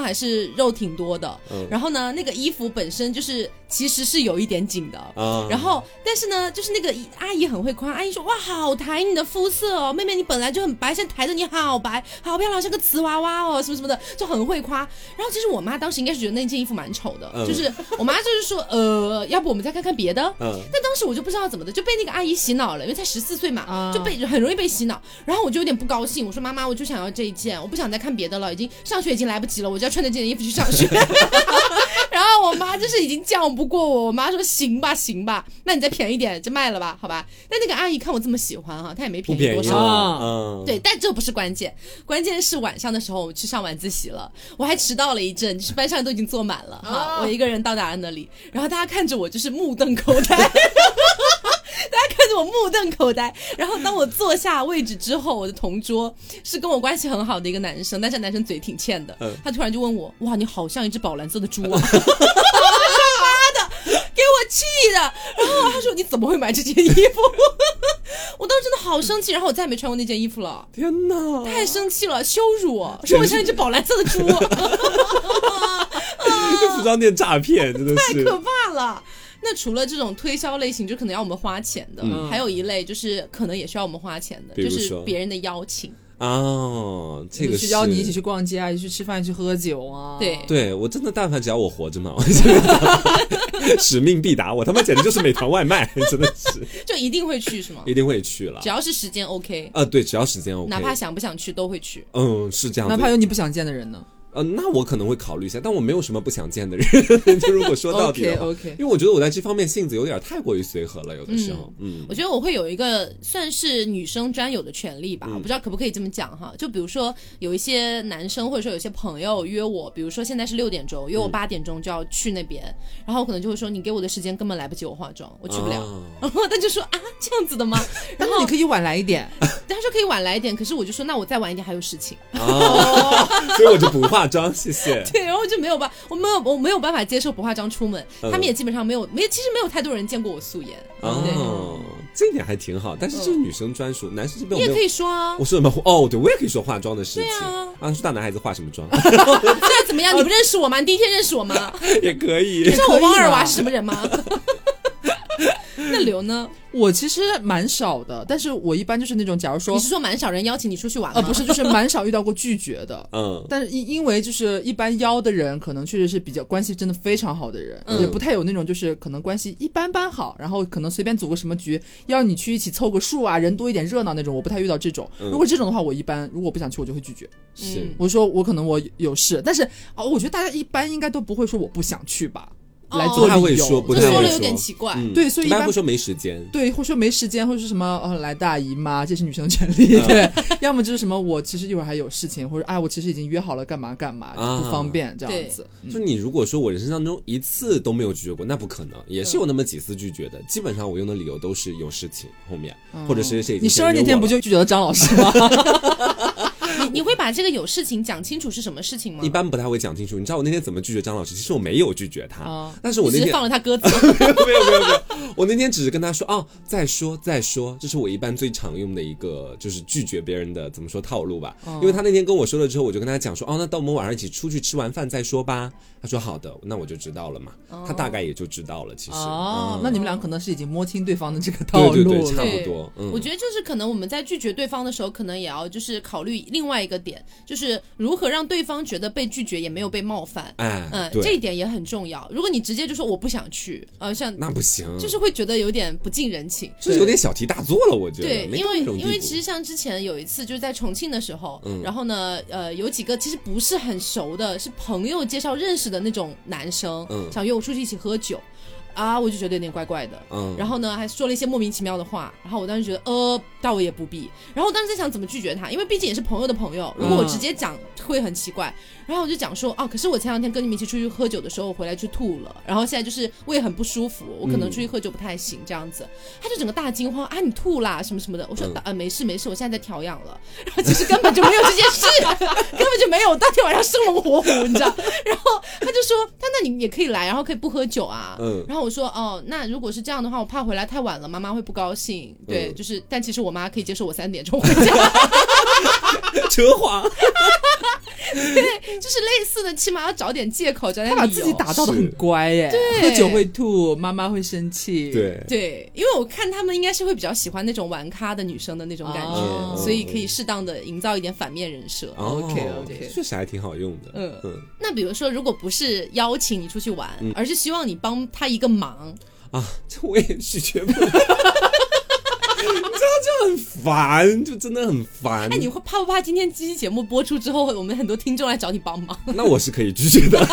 肉挺多的，然后呢那个衣服本身就是其实是有一点紧的，然后但是呢就是那个阿姨很会夸，阿姨说哇好抬你的肤色哦，妹妹你本来就很白，现在抬着你好白好漂亮，像个瓷娃娃哦什么什么的，就很会夸。然后其实我妈当时应该是觉得那件衣服蛮丑的，就是我妈就是说要不我们再看看别的，但当时我就不知道怎么的就被那个阿姨洗脑了，因为才14岁嘛，就很容易被洗脑，然后我就有点不高兴，我说妈妈我就想要这一件，我不想再看别的了，已经上学已经来不及了，我就要穿着这件衣服去上学。然后我妈就是已经犟不过我妈说行吧行吧，那你再便宜点就卖了吧，好吧。但那个阿姨看我这么喜欢哈，她也没便宜多少，对，但这不是关键，关键是晚上的时候我去上晚自习了，我还迟到了一阵，就是班上都已经坐满了哈，我一个人到达了那里，然后大家看着我就是目瞪口呆。大家看着我目瞪口呆，然后当我坐下位置之后，我的同桌是跟我关系很好的一个男生，但这男生嘴挺欠的，他突然就问我，哇你好像一只宝蓝色的猪啊。妈的给我气的，然后他说你怎么会买这件衣服。我当时真的好生气，然后我再也没穿过那件衣服了。 天哪， 太生气了，羞辱我，说我像一只宝蓝色的猪。 这服装店诈骗真的是太可怕了。那除了这种推销类型就可能要我们花钱的，还有一类就是可能也需要我们花钱的，就是别人的邀请。 哦，这个是邀你一起去逛街啊，一起去吃饭，一起去喝酒啊。 对，我真的但凡只要我活着嘛，我使命必达，我他妈简直就是美团外卖，真的是。 就一定会去是吗？ 一定会去了， 只要是时间 OK。 对，只要时间 OK， 哪怕想不想去都会去。 是这样子。 哪怕有你不想见的人呢？ 那我可能会考虑一下，但我没有什么不想见的人。就如果说到底的话 ，OK， 因为我觉得我在这方面性子有点太过于随和了，有的时候。 我觉得我会有一个算是女生专有的权利吧，我不知道可不可以这么讲哈。就比如说有一些男生或者说有些朋友约我，比如说现在是6点钟，约我8点钟就要去那边，然后我可能就会说你给我的时间根本来不及我化妆，我去不了。然后他就说啊这样子的吗？然后你可以晚来一点。 他说可以晚来一点，可是我就说那我再晚一点还有事情。 所以我就不化妆，谢谢。 对，然后就没有我没有办法接受不化妆出门，他们也基本上其实没有太多人见过我素颜。 这一点还挺好，但是这是女生专属，男生这边你也可以说啊。 我说什么？对，我也可以说化妆的事情。对啊，说大男孩子化什么妆？ 现在怎么样？你不认识我吗？你第一天认识我吗？ 也可以。 你知道我汪二娃是什么人吗？那刘呢？ 我其实蛮少的，但是我一般就是那种，假如说你是说蛮少人邀请你出去玩吗？ 不是，就是蛮少遇到过拒绝的。但是因为就是一般邀的人，可能确实是比较关系真的非常好的人，也不太有那种就是可能关系一般般好，然后可能随便组个什么局，要你去一起凑个数啊，人多一点热闹那种，我不太遇到这种。如果这种的话，我一般如果我不想去，我就会拒绝。 是， 我说我可能我有事，但是我觉得大家一般应该都不会说我不想去吧。来做理由， 不太会说， 说了有点奇怪。 对，所以一般会说没时间， 对，或说没时间，或者是什么来大姨妈，这是女生的权利，对。要么就是什么我其实一会儿还有事情，或者我其实已经约好了干嘛干嘛，不方便这样子。 就你如果说我人生当中一次都没有拒绝过，那不可能，也是有那么几次拒绝的。基本上我用的理由都是有事情后面，或者是谁已经。 你生日那天不就拒绝了张老师吗？ 你会把这个有事情讲清楚是什么事情吗？ 一般不太会讲清楚。你知道我那天怎么拒绝张老师？其实我没有拒绝他，但是我那天只是放了他鸽子。 没有，我那天只是跟他说再说，这是我一般最常用的一个就是拒绝别人的怎么说套路吧。因为他那天跟我说了之后，我就跟他讲说那等我们晚上一起出去吃完饭再说吧。他说好的，那我就知道了嘛。他大概也就知道了，其实。 那你们俩可能是已经摸清对方的这个套路了。 对，差不多。 我觉得就是可能我们在拒绝对方的时候，可能也要就是考虑另外一个点，就是如何让对方觉得被拒绝也没有被冒犯。这一点也很重要。如果你直接就说我不想去，像那不行， 就是会觉得有点不近人情， 就是有点小题大做了。我觉得对，因为其实像之前有一次就是在重庆的时候，然后呢有几个其实不是很熟的，是朋友介绍认识的那种男生，想约我出去一起喝酒。我就觉得有点怪怪的，然后呢还说了一些莫名其妙的话，然后我当时觉得倒也不必，然后我当时在想怎么拒绝他，因为毕竟也是朋友的朋友，如果我直接讲会很奇怪，然后我就讲说可是我前2天跟你们一起出去喝酒的时候，我回来就吐了，然后现在就是胃很不舒服，我可能出去喝酒不太行这样子，他就整个大惊慌你吐啦什么什么的，我说没事，我现在在调养了，然后其实根本就没有这件事，根本就没有，当天晚上生龙活虎你知道，然后他就说那你也可以来，然后可以不喝酒啊，然后我说那如果是这样的话，我怕回来太晚了，妈妈会不高兴。对，就是但其实我妈可以接受我3点钟回家。 扯谎。 对，就是类似的，起码要找点借口，找点理由。 他把自己打造的很乖耶， 对， 喝酒会吐，妈妈会生气， 对， 因为我看他们应该是会比较喜欢那种玩咖的女生的那种感觉，所以可以适当的营造一点反面人设。 OK， 确实还挺好用的。 那比如说，如果不是邀请你出去玩，而是希望你帮他一个忙啊，这我也拒绝不了。你知道就很烦，就真的很烦。 哎，你会怕不怕今天这期节目播出之后，我们很多听众来找你帮忙？ 那我是可以拒绝的，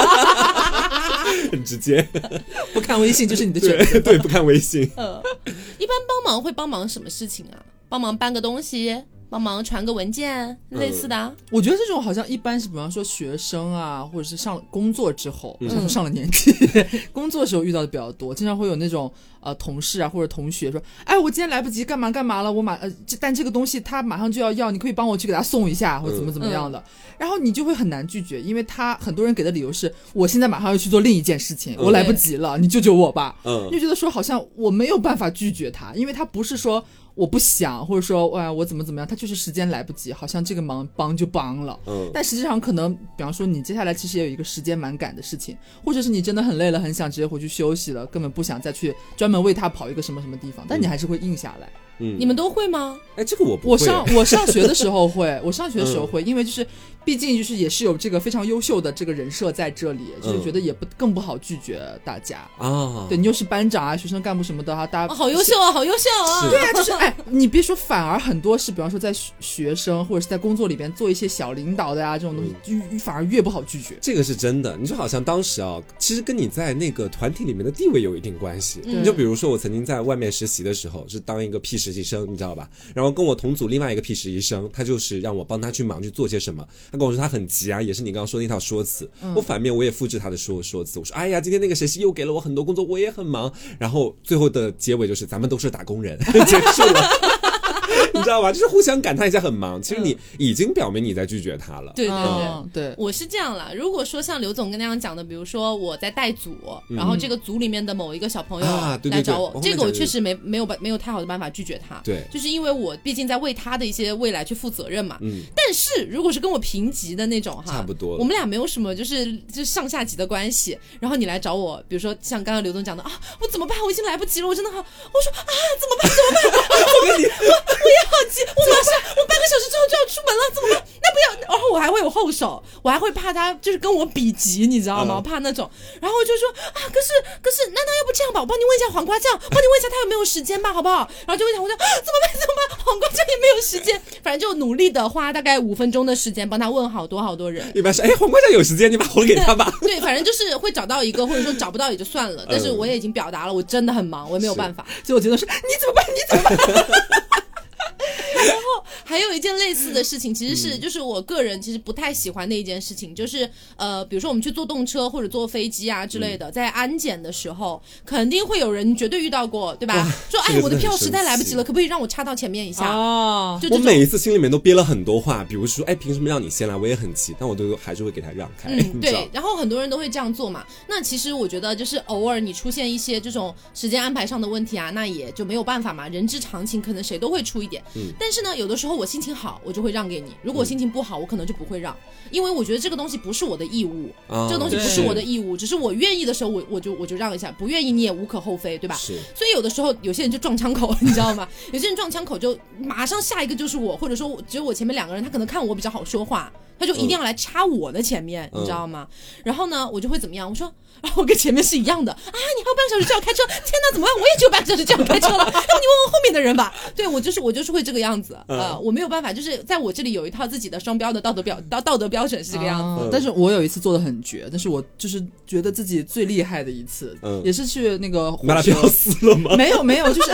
很直接， 不看微信就是你的选择。 对，不看微信。 一般帮忙会帮忙什么事情啊？帮忙搬个东西，帮忙传个文件，类似的啊。 我觉得这种好像一般是，比方说学生啊，或者是上工作之后，上了年纪，工作时候遇到的比较多，经常会有那种同事啊或者同学说，哎，我今天来不及干嘛干嘛了，我但这个东西他马上就要，你可以帮我去给他送一下，或者怎么样的，然后你就会很难拒绝，因为他很多人给的理由是我现在马上要去做另一件事情，我来不及了，你救救我吧。你就觉得说好像我没有办法拒绝他，因为他不是说我不想，或者说我怎么样，他就是时间来不及，好像这个忙帮就帮了。但实际上可能比方说你接下来其实也有一个时间蛮赶的事情，或者是你真的很累了，很想直接回去休息了，根本不想再去专门为他跑一个什么什么地方，但你还是会硬下来。 你们都会吗？ 哎，这个我不会。 我上学的时候会，因为就是毕竟就是也是有这个非常优秀的这个人设在这里，就是觉得也更不好拒绝大家啊。对，你又是班长啊，学生干部什么的哈，大家好优秀啊，好优秀啊。 对啊，就是哎，你别说，反而很多是比方说在学生或者是在工作里边做一些小领导的呀这种东西，反而越不好拒绝。 这个是真的，你就好像当时啊，其实跟你在那个团体里面的地位有一定关系。你就比如说我曾经在外面实习的时候，是当一个屁实习生，你知道吧？然后跟我同组另外一个屁实习生，他就是让我帮他去忙去做些什么。他跟我说他很急啊，也是你刚刚说的那套说辞。我反面我也复制他的说辞，我说哎呀，今天那个谁又给了我很多工作，我也很忙。然后最后的结尾就是咱们都是打工人，结束了。你知道吧？就是互相感叹一下很忙，其实你已经表明你在拒绝他了。 对，我是这样啦。如果说像刘总跟那样讲的，比如说我在带组，然后这个组里面的某一个小朋友来找我，这个我确实没有太好的办法拒绝他。 对， 就是因为我毕竟在为他的一些未来去负责任嘛。但是如果是跟我平级的那种哈， 差不多， 我们俩没有什么就是上下级的关系，然后你来找我，比如说像刚刚刘总讲的啊，我怎么办？我已经来不及了，我真的好，我说啊，怎么办？我也好急，我半个小时之后就要出门了，怎么办？那不要，然后我还会有后手，我还会怕他就是跟我比级，你知道吗？怕那种，然后我就说啊，可是，那要不这样吧，我帮你问一下黄瓜酱，帮你问一下他有没有时间吧，好不好？然后就问他，我说怎么办？黄瓜酱也没有时间，反正就努力的花大概5分钟的时间帮他问好多人。 一般是黄瓜酱有时间，你把活给他吧。 对，反正就是会找到一个，或者说找不到也就算了。但是我也已经表达了，我真的很忙，我也没有办法。 所以我觉得是你怎么办？ 然后还有一件类似的事情，其实是就是我个人其实不太喜欢的一件事情，就是比如说我们去坐动车或者坐飞机啊之类的，在安检的时候，肯定会有人绝对遇到过，对吧？说哎，我的票实在来不及了，可不可以让我插到前面一下？ 哦， 我每一次心里面都憋了很多话，比如说哎，凭什么让你先来？我也很急，但我都还是会给他让开。 对，然后很多人都会这样做嘛。那其实我觉得就是偶尔你出现一些这种时间安排上的问题啊，那也就没有办法嘛，人之常情，可能谁都会出一点。但是呢，有的时候我心情好，我就会让给你；如果我心情不好，我可能就不会让，因为我觉得这个东西不是我的义务，这个东西不是我的义务，只是我愿意的时候我就让一下，不愿意你也无可厚非，对吧？所以有的时候有些人就撞枪口，你知道吗？有些人撞枪口就马上下一个就是我，或者说只有我前面2个人，他可能看我比较好说话，他就一定要来插我的前面，你知道吗？然后呢，我就会怎么样？我说，然后我跟前面是一样的啊，你还有半个小时就要开车，天哪，怎么办？我也只有半个小时就要开车了，要不你问问后面的人吧。对，我就是会这个样子，我没有办法，就是在我这里有一套自己的双标的道德标准是这个样子。 但是我有一次做的很绝，但是我就是觉得自己最厉害的一次，也是去那个火车， 拿票撕了吗？ 没有，就是。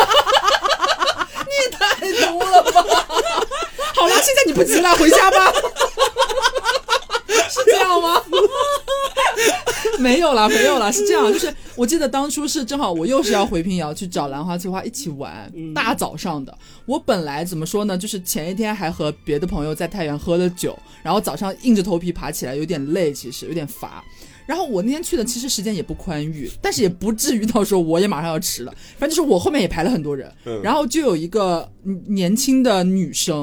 你也太毒了吧！好了，现在你不急了，回家吧。是这样吗？没有啦，是这样，就是我记得当初是正好我又是要回平遥去找兰花计划一起玩，大早上的。我本来怎么说呢，就是前一天还和别的朋友在太原喝了酒，然后早上硬着头皮爬起来，有点累，其实有点乏。然后我那天去的其实时间也不宽裕，但是也不至于到说我也马上要迟了，反正就是我后面也排了很多人，然后就有一个年轻的女生，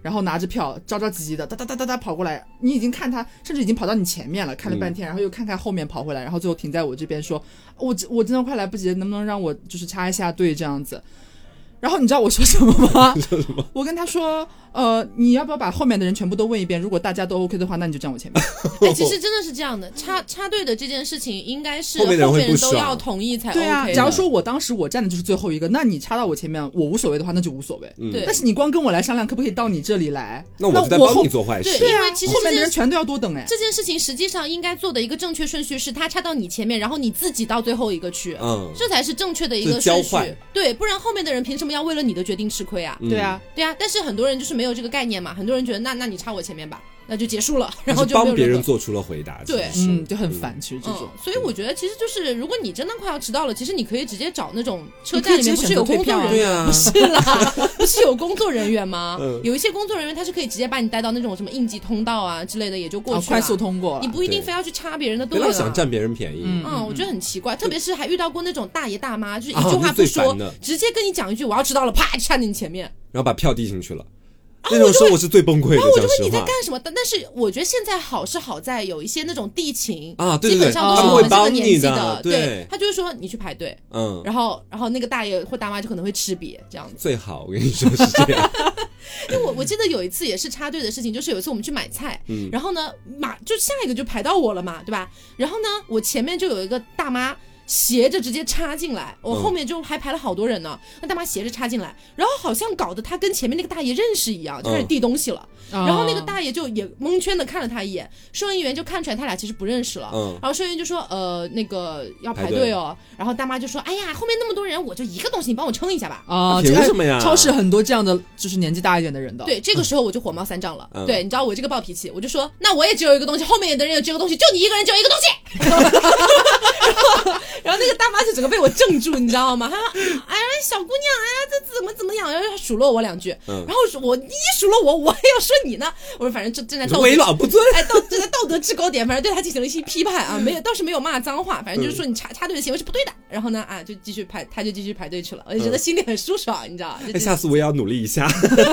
然后拿着票着急急的哒哒哒哒哒跑过来，你已经看他甚至已经跑到你前面了，看了半天，然后又看看后面跑回来，然后最后停在我这边说我真的快来不及，能不能让我就是插一下队这样子。然后你知道我说什么吗？我跟他说你要不要把后面的人全部都问一遍，如果大家都 OK 的话，那你就站我前面。 其实真的是这样的，插队的这件事情应该是后面人都要同意才 OK 的。 对啊，假如说我当时我站的就是最后一个，那你插到我前面我无所谓的话，那就无所谓。 对， 但是你光跟我来商量可不可以到你这里来， 那我就在帮你做坏事。 对，因为其实后面的人全都要多等。 这件事情实际上应该做的一个正确顺序是他插到你前面，然后你自己到最后一个去，这才是正确的一个顺序。对，不然后面的人凭什么要为了你的决定吃亏啊？ 对啊， 但是很多人就是没有这个概念嘛，很多人觉得那你插我前面吧，那就结束了，然后就帮别人做出了回答。 对， 就很烦。其实这种， 所以我觉得其实就是如果你真的快要迟到了，其实你可以直接找那种车站里面不是有工作人员，不是啦，不是有工作人员吗？有一些工作人员他是可以直接把你带到那种什么应急通道啊之类的，也就过去了， 快速通过了， 你不一定非要去插别人的队了。 不要想占别人便宜。 我觉得很奇怪，特别是还遇到过那种大爷大妈，就是一句话不说，直接跟你讲一句我要迟到了，啪插你前面， 然后把票递进去了。那种时候我是最崩溃的， 我就问你在干什么？但是我觉得现在好是好在有一些那种地勤啊， 基本上都是我们这个年纪的， 对，他就是说你去排队，然后那个大爷或大妈就可能会吃瘪这样子。 最好我跟你说是这样， 因为我记得有一次也是插队的事情，就是有一次我们去买菜，然后呢就下一个就排到我了嘛，对吧？然后呢我前面就有一个大妈。斜着直接插进来，我后面就还排了好多人呢。那大妈斜着插进来，然后好像搞得她跟前面那个大爷认识一样，就开始递东西了。然后那个大爷就也蒙圈的看了他一眼，收银员就看出来他俩其实不认识了。然后收银员就说那个要排队哦。然后大妈就说哎呀后面那么多人我就一个东西你帮我称一下吧。 凭什么呀？ 超市很多这样的就是年纪大一点的人的。 对，这个时候我就火冒三丈了。对，你知道我这个暴脾气，我就说那我也只有一个东西，后面的人也只有一个东西，就你一个人只有一个东西。然后那个大妈就整个被我镇住，你知道吗？她说：“哎呀，小姑娘，哎呀，这怎么样？”然后数落我两句，然后说：“你数落我，我还要说你呢。”我说：“反正正在为老不尊， 正在道德制高点，反正对他进行了一些批判啊，倒是没有骂脏话，反正就是说你插队的行为是不对的。然后呢，就继续排，他就继续排队去了，我就觉得心里很舒爽，你知道吧？ 下次我也要努力一下。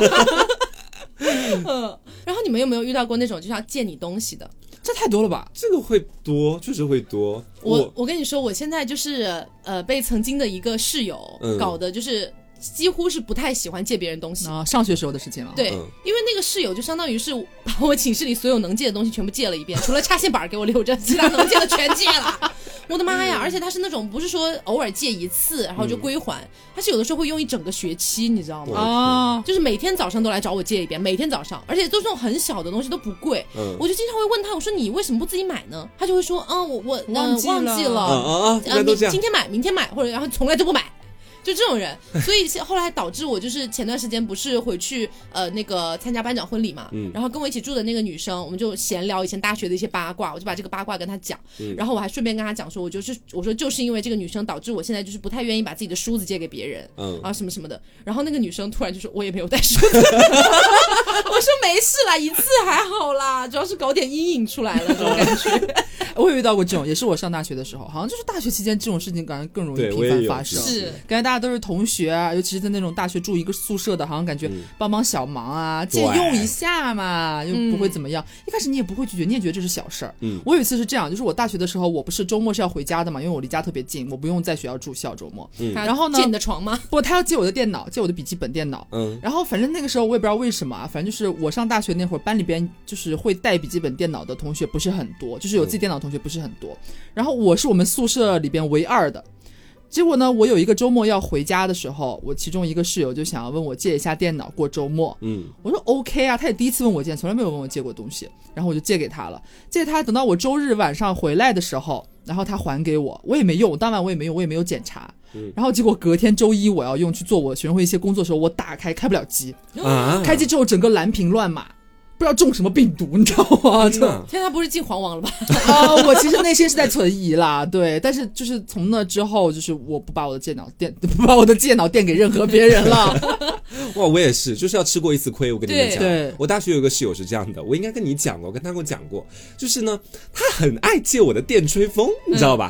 然后你们有没有遇到过那种就是要借你东西的？ 这太多了吧？ 这个会多，确实会多。 我跟你说，我现在就是被曾经的一个室友搞的，就是几乎是不太喜欢借别人东西啊。上学时候的事情了。 对，因为那个室友就相当于是把我寝室里所有能借的东西全部借了一遍，除了插线板给我留着，其他能借的全借了。我的妈呀！而且他是那种不是说偶尔借一次然后就归还，他是有的时候会用一整个学期，你知道吗？就是每天早上都来找我借一遍，每天早上，而且都是那种很小的东西，都不贵。我就经常会问他，我说你为什么不自己买呢？他就会说，我忘记了，今天买，明天买，或者然后从来就不买。就这种人，所以后来导致我就是前段时间不是回去那个参加班长婚礼嘛，然后跟我一起住的那个女生，我们就闲聊以前大学的一些八卦，我就把这个八卦跟她讲，然后我还顺便跟她讲说，我说就是因为这个女生导致我现在就是不太愿意把自己的梳子借给别人，啊什么什么的，然后那个女生突然就说我也没有带梳子，我说没事啦，一次还好啦，主要是搞点阴影出来了这种感觉。 我也遇到过这种，也是我上大学的时候，好像就是大学期间这种事情感觉更容易频繁发生， 是感觉大家都是同学啊，尤其是在那种大学住一个宿舍的，好像感觉帮忙小忙啊，借用一下嘛，又不会怎么样。一开始你也不会拒绝，你也觉得这是小事儿。我有一次是这样，就是我大学的时候，我不是周末是要回家的嘛，因为我离家特别近，我不用在学校住校周末。然后呢， 借你的床吗？ 不，他要借我的电脑，借我的笔记本电脑。然后反正那个时候我也不知道为什么啊，反正就是我上大学那会儿，班里边就是会带笔记本电脑的同学不是很多，就是有自己电脑的同学不是很多。然后我是我们宿舍里边唯二的。结果呢，我有一个周末要回家的时候，我其中一个室友就想要问我借一下电脑过周末。我说 OK 啊，他也第一次问我借，从来没有问我借过东西，然后我就借给他了。借他等到我周日晚上回来的时候，然后他还给我，我也没用，当晚我也没用，我也没有检查。然后结果隔天周一我要用去做我学生会一些工作的时候，我打开不了机，开机之后整个蓝屏乱码。不知道中什么病毒，你知道吗？ 天，他不是进黄网了吧？ 我其实内心是在存疑啦，对，但是就是从那之后，就是我不把我的电脑电给任何别人了。 哇，我也是，就是要吃过一次亏。我跟你们讲，我大学有个室友是这样的，我应该跟你讲过，跟他跟我讲过，就是呢，他很爱借我的电吹风，你知道吧？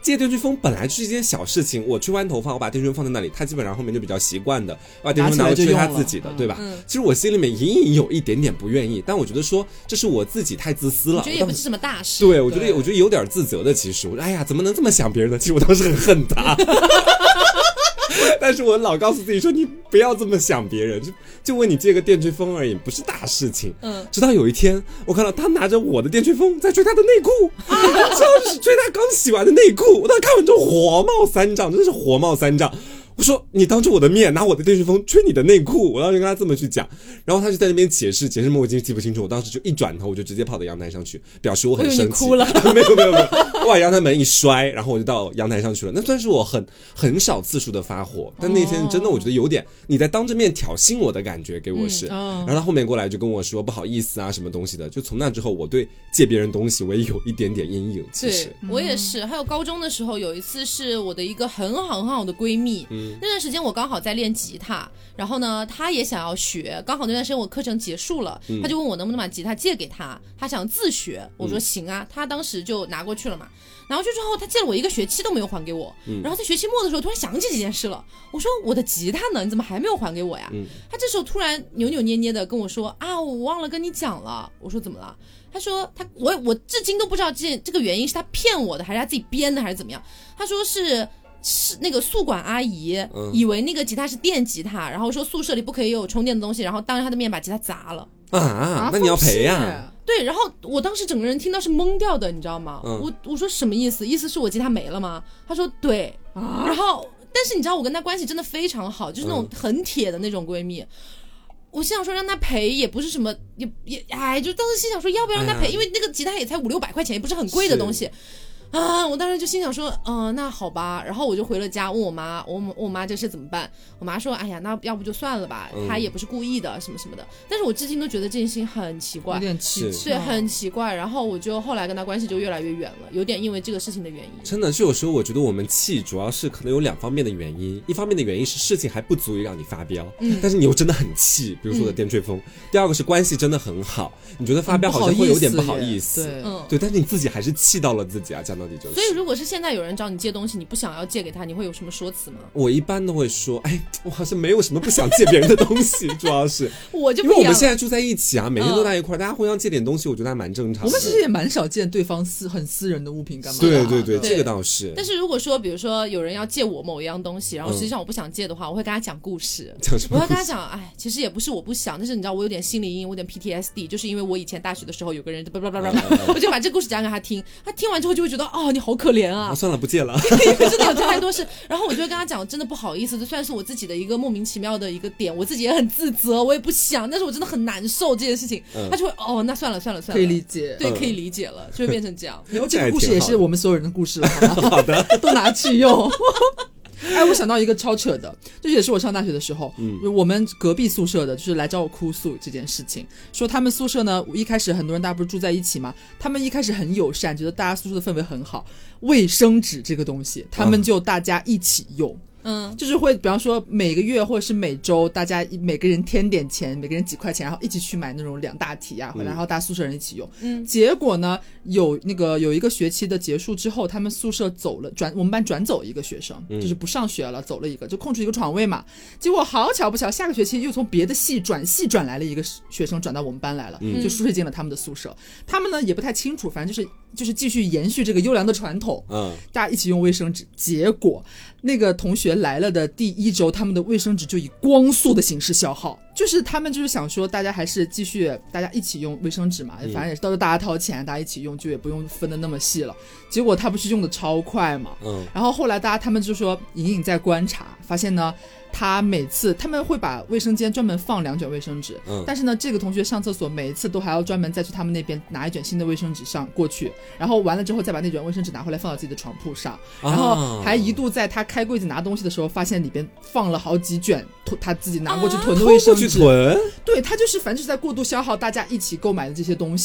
借电吹风本来就是一件小事情，我吹完头发，我把电吹风放在那里，他基本上后面就比较习惯的，我把电吹风拿来吹他自己的，对吧？其实我心里面隐隐有一点点不愿意，但我觉得说这是我自己太自私了， 我觉得也不是什么大事。 对，我觉得有点自责的。其实我说，哎呀，怎么能这么想别人呢？其实我当时很恨他。但是我老告诉自己说，你不要这么想别人，就问你借个电吹风而已，不是大事情。直到有一天，我看到他拿着我的电吹风在吹他的内裤，就是吹他刚洗完的内裤。我当时看完之后火冒三丈，真的是火冒三丈。我说你当着我的面拿我的电吹风吹你的内裤，我当时跟他这么去讲，然后他就在那边解释么我已经记不清楚，我当时就一转头我就直接跑到阳台上去，表示我很生气。 哭了？ 没有，我把阳台门一摔，然后我就到阳台上去了。那算是我很少次数的发火，但那天真的我觉得有点你在当着面挑衅我的感觉给我是。然后他后面过来就跟我说不好意思啊什么东西的，就从那之后我对借别人东西我也有一点点阴影。其实我也是，还有高中的时候有一次是我的一个很好的闺蜜。那段时间我刚好在练吉他，然后呢她也想要学，刚好那段时间我课程结束了，她就问我能不能把吉他借给她，她想自学，我说行啊，她当时就拿过去了嘛。拿过去之后她借了我1个学期都没有还给我，然后在学期末的时候突然想起这件事了，我说我的吉他呢，你怎么还没有还给我呀？她这时候突然扭扭捏捏的跟我说啊，我忘了跟你讲了。我说怎么了？他说我至今都不知道这个原因是他骗我的还是他自己编的还是怎么样。他说是那个宿管阿姨以为那个吉他是电吉他，然后说宿舍里不可以有充电的东西，然后当着他的面把吉他砸了啊，那你要赔呀。 对，然后我当时整个人听到是懵掉的，你知道吗？我说什么意思？意思是我吉他没了吗？他说对然后但是你知道我跟他关系真的非常好，就是那种很铁的那种闺蜜。我心想说让他赔也不是什么，就当时心想说要不要让他赔，因为那个吉他也才500-600块钱，也不是很贵的东西啊。我当时就心想说那好吧。然后我就回了家问我妈，我妈这事怎么办。我妈说哎呀那要不就算了吧，她也不是故意的什么什么的。但是我至今都觉得这件事情很奇怪， 有点气， 对，很奇怪。然后我就后来跟她关系就越来越远了，有点因为这个事情的原因。 真的是有时候我觉得我们气主要是可能有2方面的原因，一方面的原因是事情还不足以让你发飙，但是你又真的很气，比如说我的电吹风。第二个是关系真的很好，你觉得发飙好像会有点不好意思，对，但是你自己还是气到了自己啊，讲到底就是。 所以如果是现在有人找你借东西，你不想要借给他，你会有什么说辞吗？ 我一般都会说，我好像没有什么不想借别人的东西，主要是我就不一样， 因为我们现在住在一起啊，每天都在一块大家互相借点东西，我觉得还蛮正常的。 我们其实也蛮少见对方很私人的物品干嘛的。对，这个倒是。 但是如果说比如说有人要借我某一样东西，然后实际上我不想借的话，我会跟他讲故事。 讲什么故事？ 我会跟他讲，其实也不是我不想，但是你知道我有点心理阴影，我有点 PTSD， 就是因为我以前大学的时候有个人我就把这故事讲给他听，他听完之后就会觉得你好可怜啊。 算了，不借了。 真的有太多事，然后我就会跟他讲，真的不好意思，这算是我自己的一个莫名其妙的一个点，我自己也很自责，我也不想，但是我真的很难受这件事情。他就会那算了，可以理解， 对，可以理解了，就会变成这样。 然后这个故事也是我们所有人的故事了， 好的， 都拿去用。我想到一个超扯的，这也是我上大学的时候，我们隔壁宿舍的就是来找我哭诉这件事情，说他们宿舍呢，一开始很多人大家不是住在一起嘛，他们一开始很友善，觉得大家宿舍的氛围很好，卫生纸这个东西他们就大家一起用。就是会比方说每个月或者是每周大家每个人添点钱，每个人几块钱，然后一起去买那种2大提啊，然后大家宿舍人一起用。结果呢有一个学期的结束之后，他们宿舍走了，我们班转走一个学生，就是不上学了，走了一个，就空出一个床位嘛。结果好巧不巧，下个学期又从别的系转来了一个学生，转到我们班来了，就睡进了他们的宿舍。他们呢也不太清楚，反正就是继续延续这个优良的传统，大家一起用卫生纸。结果那个同学来了的第1周，他们的卫生纸就以光速的形式消耗，就是他们就是想说大家还是继续大家一起用卫生纸嘛，反正也是到时候大家掏钱，大家一起用，就也不用分的那么细了。结果他不是用的超快嘛，然后后来他们就说隐隐在观察，发现呢他每次他们会把卫生间专门放2卷卫生纸，但是呢这个同学上厕所每一次都还要专门再去他们那边拿1卷新的卫生纸上过去，然后完了之后再把那卷卫生纸拿回来放到自己的床铺上，然后还一度在他开柜子拿东西的时候发现里边放了好几卷他自己拿过去囤的卫生纸，对，他就是反正就是在过度消耗大家一起购买的这些东西。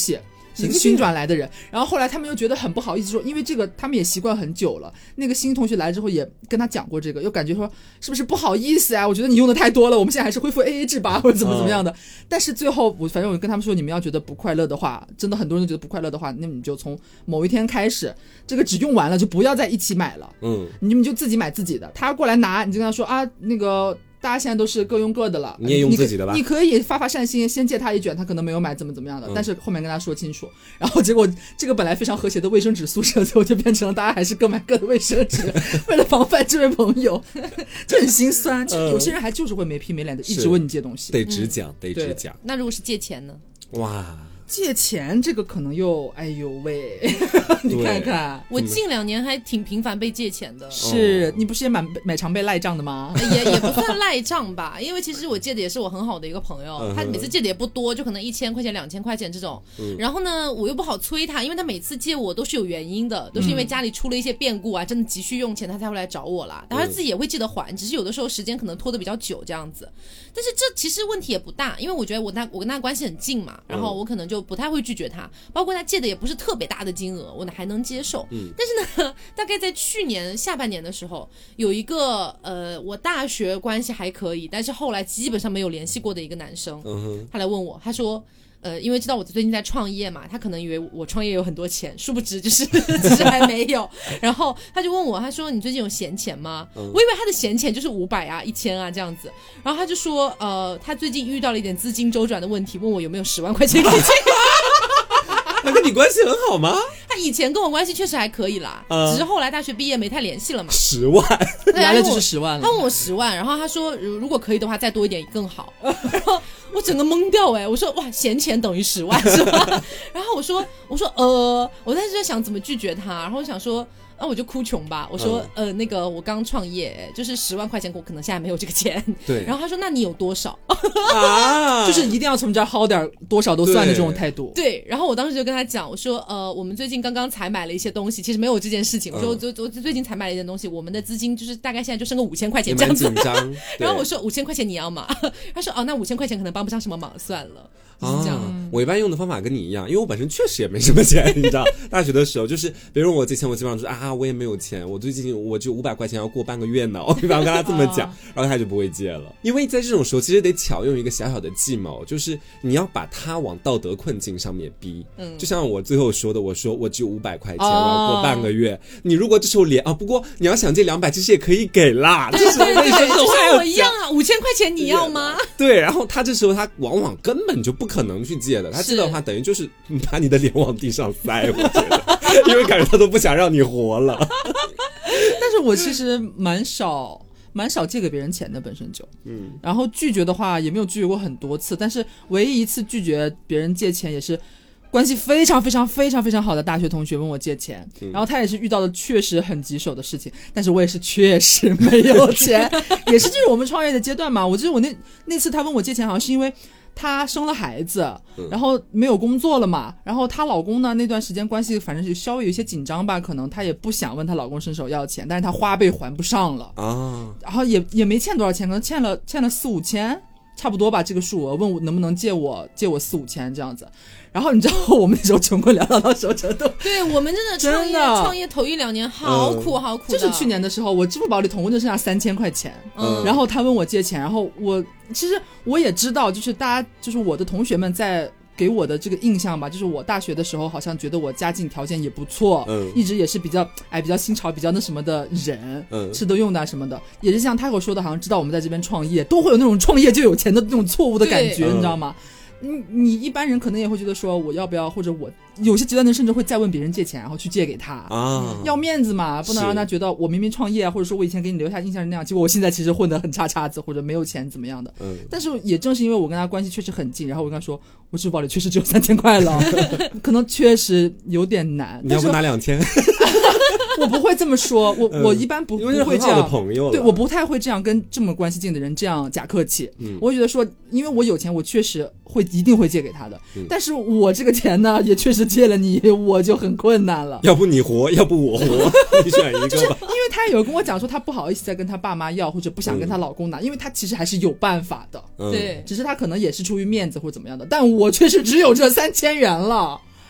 一个新转来的人，然后后来他们又觉得很不好意思说，因为这个他们也习惯很久了，那个新同学来之后也跟他讲过这个，又感觉说是不是不好意思啊，我觉得你用的太多了，我们现在还是恢复 AA 制吧，或者怎么样的。但是最后反正我跟他们说，你们要觉得不快乐的话，真的很多人觉得不快乐的话，那你就从某一天开始，这个纸用完了就不要再一起买了，你们就自己买自己的，他过来拿你就跟他说啊，那个大家现在都是各用各的了， 你也用自己的吧， 你可以发善心，先借他一卷，他可能没有买怎么样的，但是后面跟他说清楚，然后结果这个本来非常和谐的卫生纸宿舍最后就变成了大家还是各买各的卫生纸为了防范这位朋友这很心酸，有些人还就是会没皮没脸的一直问你借东西， 得直讲得直讲。 那如果是借钱呢？ 哇， 借钱这个可能又哎呦喂你看看我近2年还挺频繁被借钱的。 是你不是也蛮常被赖账的吗？ 也不算赖账吧，因为其实我借的也是我很好的一个朋友，他每次借的也不多，就可能1000块钱2000块钱这种，然后呢我又不好催他，因为他每次借我都是有原因的，都是因为家里出了一些变故啊，真的急需用钱他才会来找我啦，但他自己也会记得还，只是有的时候时间可能拖得比较久这样子。但是这其实问题也不大，因为我觉得我跟他关系很近嘛，然后我可能就不太会拒绝他，包括他借的也不是特别大的金额，我还能接受。但是呢，大概在去年下半年的时候，有一个我大学关系还可以，但是后来基本上没有联系过的一个男生，他来问我，他说因为知道我最近在创业嘛，他可能以为我创业有很多钱，殊不知就是只是还没有。然后他就问我，他说你最近有闲钱吗？我以为他的闲钱就是500啊1000啊这样子，然后他就说他最近遇到了一点资金周转的问题，问我有没有10万块钱可以借。 他跟你关系很好吗？ 他以前跟我关系确实还可以啦，只是后来大学毕业没太联系了嘛。 10万， 来了就是10万了。 他问我10万，然后他说如果可以的话再多一点更好。然后我整个懵掉我说哇，闲钱等于10万是吧？然后我说我当时在想怎么拒绝他，然后我想说那我就哭穷吧，我说那个我刚创业，就是10万块钱我可能现在没有这个钱。 对， 然后他说那你有多少？ 就是一定要从这儿薅点多少都算的这种态度。 对，然后我当时就跟他讲，我说我们最近刚刚才买了一些东西，其实没有这件事情。我说我最近才买了一件东西，我们的资金就是大概现在就剩个5000块钱这样子。然后我说5000块钱你要吗？他说那5000块钱可能帮不上什么忙，算了。是这样我一般用的方法跟你一样，因为我本身确实也没什么钱，你知道，大学的时候就是别人我借钱，我基本上就是我也没有钱，我最近我就500块钱要过半个月呢，我一般跟他这么讲，然后他就不会借了。因为在这种时候其实得巧用一个小小的计谋，就是你要把他往道德困境上面逼。就像我最后说的，我说我只有500块钱，我要过半个月，你如果这时候连不过你要想借200其实也可以给啦， 对对对，就像我一样啊，5000块钱你要吗？ 对，然后他这时候他往往根本就不可能去借的，他借的话等于就是把你的脸往地上塞，我觉得，因为感觉他都不想让你活了。 但是我其实蛮少借给别人钱的，本身就然后拒绝的话也没有拒绝过很多次，但是唯一一次拒绝别人借钱也是关系非常非常非常非常好的大学同学问我借钱，然后他也是遇到的确实很棘手的事情，但是我也是确实没有钱也是就是我们创业的阶段嘛，我记得我那次他问我借钱好像是因为她生了孩子，然后没有工作了嘛，然后她老公呢那段时间关系反正就稍微有一些紧张吧，可能她也不想问她老公伸手要钱，但是她花呗还不上了然后也没欠多少钱，可能欠了4-5千差不多吧，这个数额，问我能不能借我4-5千这样子。然后你知道我们那时候穷困潦倒到什么程度？对， 我们真的创业头1-2年好苦好苦的。 就是去年的时候，我支付宝里总共就剩下3000块钱，然后他问我借钱，然后其实我也知道，就是大家就是我的同学们在给我的这个印象吧，就是我大学的时候好像觉得我家境条件也不错，一直也是比较新潮比较那什么的人，吃得用的什么的，也是像他给我说的，好像知道我们在这边创业都会有那种创业就有钱的那种错误的感觉，你知道吗？你一般人可能也会觉得说我要不要，或者我有些极端的人甚至会再问别人借钱，然后去借给他要面子嘛，不能让他觉得我明明创业，或者说我以前给你留下印象是那样，结果我现在其实混得很差子，或者没有钱怎么样的。但是也正是因为我跟他关系确实很近，然后我跟他说我支付宝里确实只有3000块了可能确实有点难。 你要不拿2000 我不会这么说，我一般不会这样，因为是很好的朋友了， 对，我不太会这样跟这么关系近的人这样假客气。我会觉得说，因为我有钱，我确实一定会借给他的，但是我这个钱呢，也确实借了你，我就很困难了。 要不你活，要不我活，你选一个吧。 就是因为他有跟我讲说，他不好意思再跟他爸妈要，或者不想跟他老公拿，因为他其实还是有办法的， 对， 只是他可能也是出于面子或者怎么样的。但我确实只有这3000元了。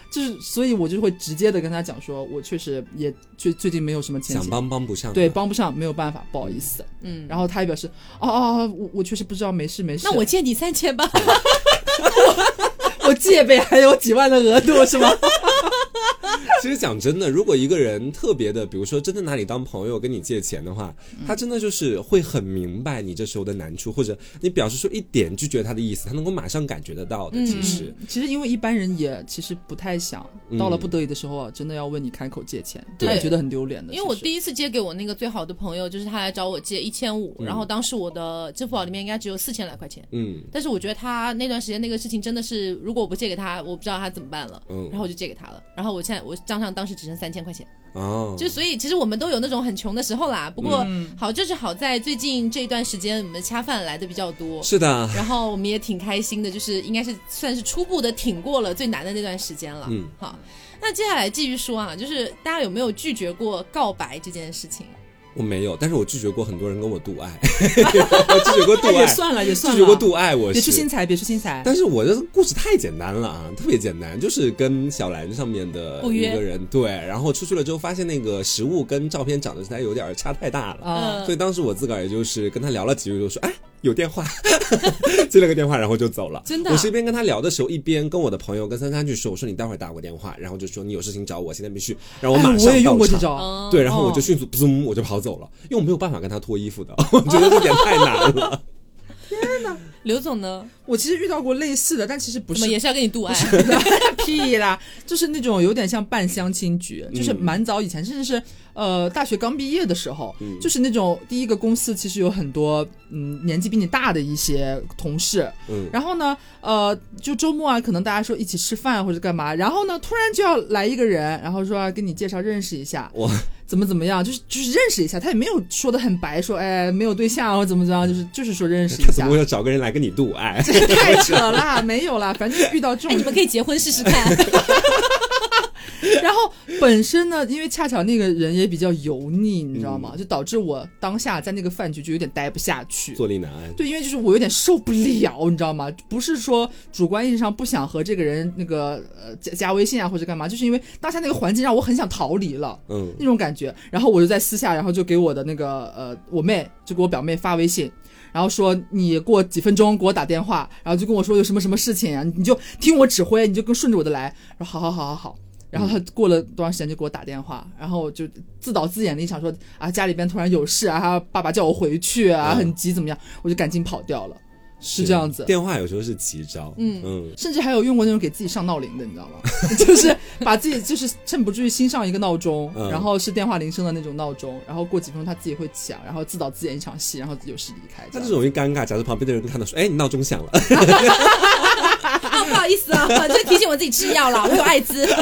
就是所以我就会直接的跟他讲说，我确实也最近没有什么钱想帮不上， 对，帮不上，没有办法，不好意思。然后他也表示我确实不知道，没事。 那我借你3000吧。 我借呗，还有几万的额度是吗？ 其实讲真的，如果一个人特别的，比如说真的拿你当朋友跟你借钱的话，他真的就是会很明白你这时候的难处，或者你表示出一点拒绝他的意思，他能够马上感觉得到的。 其实因为一般人也其实不太想到了不得已的时候啊，真的要问你开口借钱，他也觉得很丢脸的。 因为我第一次借给我那个最好的朋友，就是他来找我借1500，然后当时我的支付宝里面应该只有4000来块钱。但是我觉得他那段时间那个事情真的是，如果我不借给他，我不知道他怎么办了。然后我就借给他了，然后我账上当时只剩3000块钱。就所以其实我们都有那种很穷的时候啦。不过好就是好在最近这一段时间我们的恰饭来的比较多。 是的。 然后我们也挺开心的，就是应该是算是初步的挺过了最难的那段时间了。好，那接下来继续说啊，就是大家有没有拒绝过告白这件事情？ 我没有，但是我拒绝过很多人跟我度爱。我拒绝过度爱。 也算了，拒绝过度爱，我是。 别出心裁。 但是我这故事太简单了啊，特别简单，就是跟小蓝上面的一个人，对，然后出去了之后发现那个实物跟照片长得实在有点差太大了，所以当时我自个儿也就是跟他聊了几句，就说有电话，接了个电话，然后就走了。 真的， 我是一边跟他聊的时候，一边跟我的朋友跟33去说，我说你待会儿打我电话，然后就说你有事情找我，现在必须，然后我马上到场。 我也用过这招。 对，然后我就迅速我就跑走了，因为我没有办法跟他脱衣服的，我觉得这点太难了。 天哪！ 刘总呢？ 我其实遇到过类似的，但其实不是， 也是要跟你度爱。 屁啦，就是那种有点像半相亲局，就是蛮早以前，甚至是大学刚毕业的时候，就是那种第一个公司其实有很多年纪比你大的一些同事，然后呢就周末啊，可能大家说一起吃饭或者干嘛，然后呢突然就要来一个人，然后说要跟你介绍认识一下。怎么样，就是认识一下，他也没有说的很白，说没有对象或怎么样，就是说认识一下。 他怎么会要找个人来跟你度爱？ 这个太扯了，没有啦，反正遇到这种， 你们可以结婚试试看。 然后本身呢，因为恰巧那个人也比较油腻，你知道吗？就导致我当下在那个饭局就有点待不下去， 坐立难安。 对，因为就是我有点受不了，你知道吗？不是说主观意义上不想和这个人那个加微信啊或者干嘛，就是因为当下那个环境让我很想逃离了，那种感觉。然后我就在私下，然后就给我的那个我妹，就给我表妹发微信。然后说你过几分钟给我打电话，然后就跟我说有什么事情啊，你就听我指挥，你就跟顺着我的来。然后好，然后他过了多长时间就给我打电话，然后我就自导自演的一场说家里边突然有事啊，爸爸叫我回去啊，很急怎么样，我就赶紧跑掉了。是这样子， 电话有时候是奇招， 甚至还有用过那种给自己上闹铃的，你知道吗？就是把自己就是趁不注意新上一个闹钟，然后是电话铃声的那种闹钟，然后过几分钟他自己会响，然后自导自演一场戏，然后有事离开。 他这容易尴尬，假如旁边的人看到说，你闹钟响了， 不好意思啊，就提醒我自己吃药了，我有艾滋。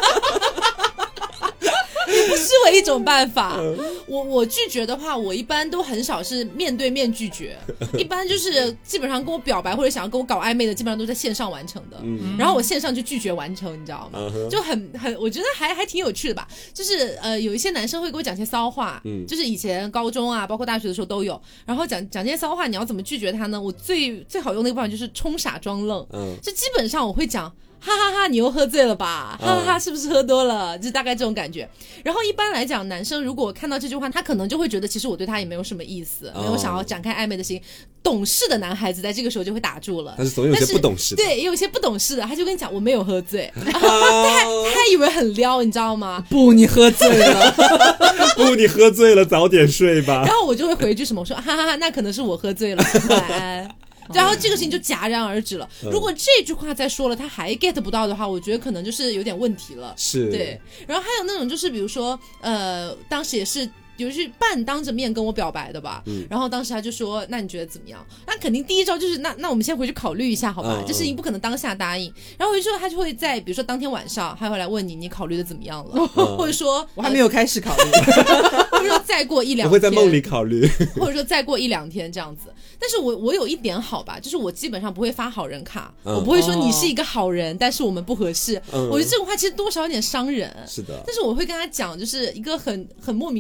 不失为一种办法。我拒绝的话，我一般都很少是面对面拒绝，一般就是基本上跟我表白或者想要跟我搞暧昧的，基本上都在线上完成的。然后我线上就拒绝完成，你知道吗？就很，我觉得还挺有趣的吧。就是有一些男生会给我讲些骚话，就是以前高中啊，包括大学的时候都有。然后讲这些骚话，你要怎么拒绝他呢？我最好用的一个办法就是冲傻装愣，就基本上我会讲。哈哈哈，你又喝醉了吧？哈哈哈，是不是喝多了？就大概这种感觉。然后一般来讲，男生如果看到这句话，他可能就会觉得其实我对他也没有什么意思，没有想要展开暧昧的心。懂事的男孩子在这个时候就会打住了， 但是总有些不懂事的， 对，也有些不懂事的，他就跟你讲我没有喝醉，他以为很撩，你知道吗？ 不，你喝醉了， 不，你喝醉了，早点睡吧。 然后我就会回一句什么，我说哈哈哈，那可能是我喝醉了，晚安。然后这个事情就戛然而止了。如果这句话再说了他还 get 不到的话，我觉得可能就是有点问题了。 是， 对。然后还有那种就是比如说当时也是有去半当着面跟我表白的吧，然后当时他就说那你觉得怎么样？那肯定第一招就是那我们先回去考虑一下好吧，这事情不可能当下答应。然后回去之后他就会在比如说当天晚上他会来问你考虑的怎么样了，或者说我还没有开始考虑， 或者说再过一两天我会在梦里考虑， 或者说再过一两天这样子。但是我有一点好吧，就是我基本上不会发好人卡，我不会说你是一个好人，但是我们不合适。我觉得这个话其实多少有点伤人， 是的。 但是我会跟他讲，就是一个很莫名其妙的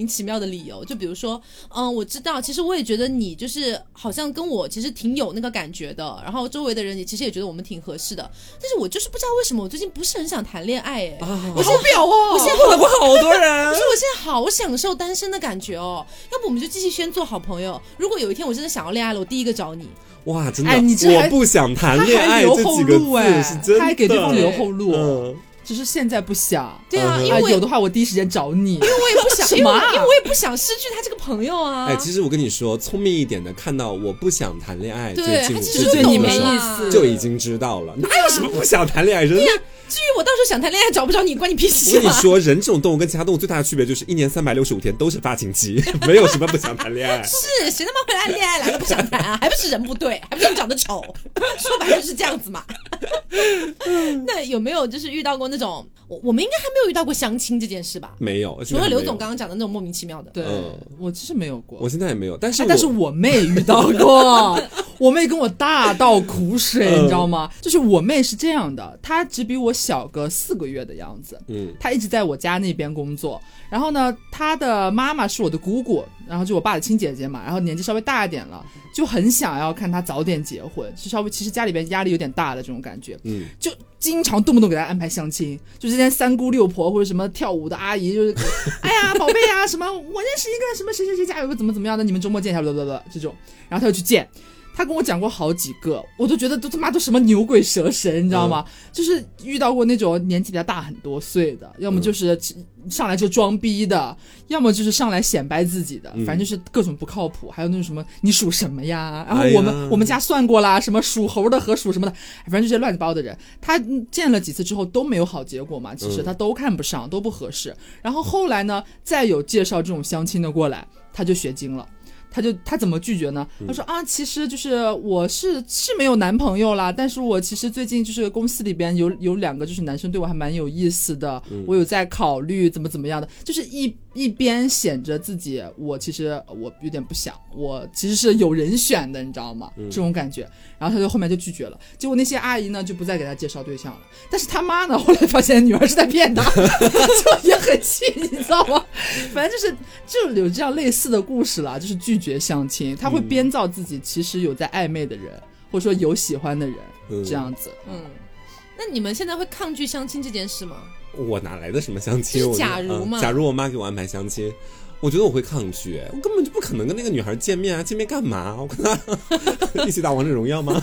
理由，就比如说，我知道，其实我也觉得你就是好像跟我其实挺有那个感觉的，然后周围的人也其实也觉得我们挺合适的，但是我就是不知道为什么我最近不是很想谈恋爱我好表哦， 我现在碰到过好多人， 我说我现在好享受单身的感觉哦，要不我们就继续先做好朋友，如果有一天我真的想要恋爱了，我第一个找你。 哇，真的，我不想谈恋爱这几个字是真的， 他还给对方留后路。只是现在不想， 对啊，因为有的话我第一时间找你，因为我也不想， 因为我也不想失去他这个朋友啊。 其实我跟你说，聪明一点的看到我不想谈恋爱， 对， 他其实对你没意思， 就已经知道了，哪有什么不想谈恋爱？人对呀，至于我到时候想谈恋爱找不着你，关你屁事啊！ 我跟你说，人这种动物跟其他动物最大的区别就是1年365天都是发情期，没有什么不想谈恋爱。 是谁他妈回来恋爱来了不想谈啊？还不是人不对，还不是你长得丑，说白了就是这样子嘛。那有没有就是遇到过那种？我们应该还没有遇到过相亲这件事吧？ 没有， 除了刘总刚刚讲的那种莫名其妙的。 对，我其实没有过， 我现在也没有，但是我妹遇到过，我妹跟我大倒苦水，你知道吗？就是我妹是这样的，她只比我小个4个月的样子，她一直在我家那边工作，然后呢，她的妈妈是我的姑姑，然后就我爸的亲姐姐嘛，然后年纪稍微大一点了，就很想要看她早点结婚，就稍微其实家里边压力有点大的这种感觉，就经常动不动给她安排相亲，就这些三姑六婆或者什么跳舞的阿姨，就是哎呀宝贝啊什么，我认识一个什么谁谁谁家有个怎么怎么样的，你们周末见一下，这种，然后她就去见。他跟我讲过好几个，我都觉得都他妈都什么牛鬼蛇神，你知道吗？就是遇到过那种年纪比较大很多岁的，要么就是上来就装逼的，要么就是上来显摆自己的，反正就是各种不靠谱。还有那种什么你属什么呀？然后我们家算过啦，什么属猴的和属什么的，反正这些乱七八糟的人，他见了几次之后都没有好结果嘛，其实他都看不上，都不合适。然后后来呢，再有介绍这种相亲的过来，他就学精了。他怎么拒绝呢？他说啊，其实就是我是没有男朋友啦，但是我其实最近就是公司里边有2个就是男生对我还蛮有意思的，我有在考虑怎么样的，就是一边显着自己我其实我有点不想，我其实是有人选的，你知道吗？这种感觉，然后他就后面就拒绝了。结果那些阿姨呢就不再给他介绍对象了，但是他妈呢后来发现女儿是在骗他，就也很气，你知道吗？反正就有这样类似的故事啦，就是拒绝相亲，他会编造自己其实有在暧昧的人，或者说有喜欢的人，这样子。 那你们现在会抗拒相亲这件事吗？ 我哪来的什么相亲？ 就是假如嘛， 假如我妈给我安排相亲，我觉得我会抗拒，我根本就不可能跟那个女孩见面啊！见面干嘛？我跟她一起打王者荣耀吗？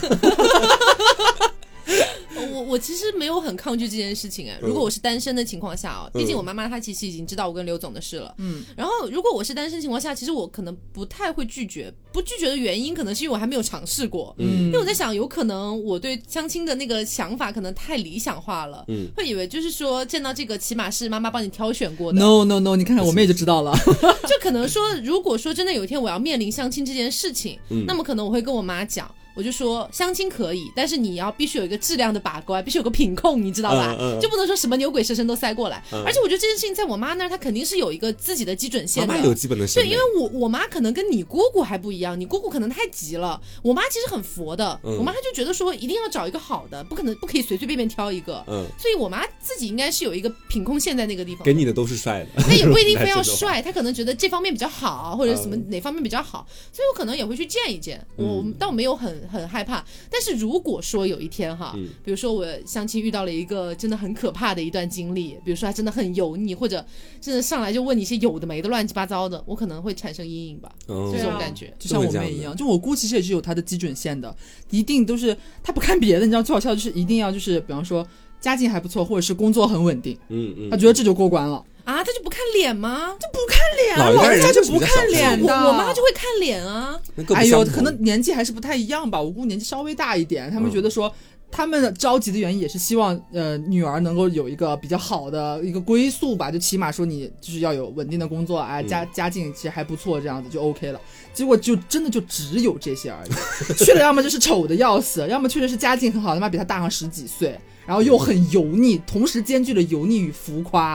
我其实没有很抗拒这件事情如果我是单身的情况下毕竟我妈妈她其实已经知道我跟刘总的事了，然后如果我是单身情况下，其实我可能不太会拒绝，不拒绝的原因可能是因为我还没有尝试过，因为我在想有可能我对相亲的那个想法可能太理想化了，会以为就是说见到这个起码是妈妈帮你挑选过的。 No， 你看看我妹就知道了。 就可能说如果说真的有一天我要面临相亲这件事情，那么可能我会跟我妈讲，我就说相亲可以，但是你要必须有一个质量的把关，必须有个品控，你知道吧？就不能说什么牛鬼蛇神都塞过来。而且我觉得这件事情在我妈那儿，她肯定是有一个自己的基准线的。 妈妈有基本的审美。 对，因为我妈可能跟你姑姑还不一样，你姑姑可能太急了，我妈其实很佛的。我妈她就觉得说一定要找一个好的，不可以随随便便挑一个。所以我妈自己应该是有一个品控线在那个地方。 给你的都是帅的， 那也不一定非要帅，她可能觉得这方面比较好，或者什么哪方面比较好，所以我可能也会去见一见。但我没有很害怕。但是如果说有一天比如说我相亲遇到了一个真的很可怕的一段经历，比如说他真的很油腻，或者真的上来就问你一些有的没的乱七八糟的，我可能会产生阴影吧，这种感觉。 就像我妹一样，就我姑其实也是有她的基准线的，一定都是她不看别的，你知道最好笑的就是一定要就是比方说家境还不错，或者是工作很稳定，她觉得这就过关了。 啊，他就不看脸吗？ 就不看脸，老人家就不看脸的。 我妈就会看脸啊。 哎呦，可能年纪还是不太一样吧。我姑年纪稍微大一点，他们觉得说，他们着急的原因也是希望女儿能够有一个比较好的一个归宿吧，就起码说你就是要有稳定的工作，哎，家境其实还不错，这样子就 OK 了。结果就真的就只有这些而已。去了要么就是丑的要死，要么确实是家境很好，他妈比他大上10几岁，然后又很油腻，同时兼具了油腻与浮夸。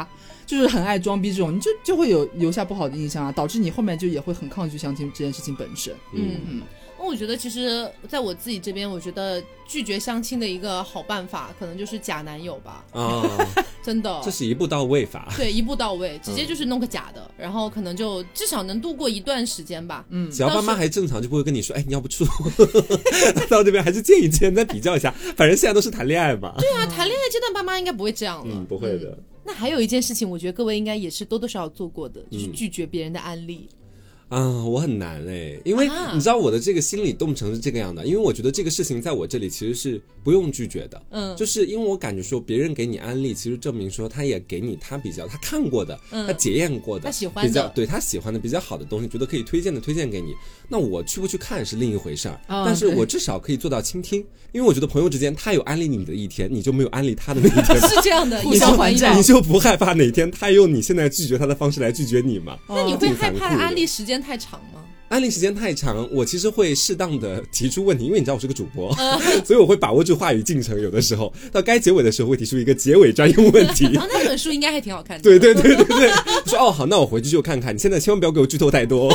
就是很爱装逼这种，你就会留下不好的印象啊，导致你后面就也会很抗拒相亲这件事情本身。 我觉得其实在我自己这边，我觉得拒绝相亲的一个好办法可能就是假男友吧。真的， 这是一步到位法。 对，一步到位，直接就是弄个假的，然后可能就至少能度过一段时间吧。 只要爸妈还正常，就不会跟你说，哎，你要不出到这边还是见一见，再比较一下，反正现在都是谈恋爱嘛。 对啊，谈恋爱阶段爸妈应该不会这样了。 不会的。 那还有一件事情，我觉得各位应该也是多多少少做过的，就是拒绝别人的安利。 我很难因为你知道我的这个心理动程是这个样的，因为我觉得这个事情在我这里其实是不用拒绝的，就是因为我感觉说别人给你安利，其实证明说他也给你他比较他看过的，他检验过的， 他喜欢的， 对他喜欢的比较好的东西，觉得可以推荐给你。那我去不去看是另一回事儿，但是我至少可以做到倾听，因为我觉得朋友之间他有安利你的一天，你就没有安利他的那一天。 是这样的，互相还债， 你就不害怕哪天他用你现在拒绝他的方式来拒绝你吗？ 那你会害怕安利时间太长吗？ 安利时间太长，我其实会适当的提出问题，因为你知道我是个主播，所以我会把握住话语进程，有的时候到该结尾的时候会提出一个结尾专用问题。 那本书应该还挺好看的。 对，说好，那我回去就看看，你现在千万不要给我剧透太多。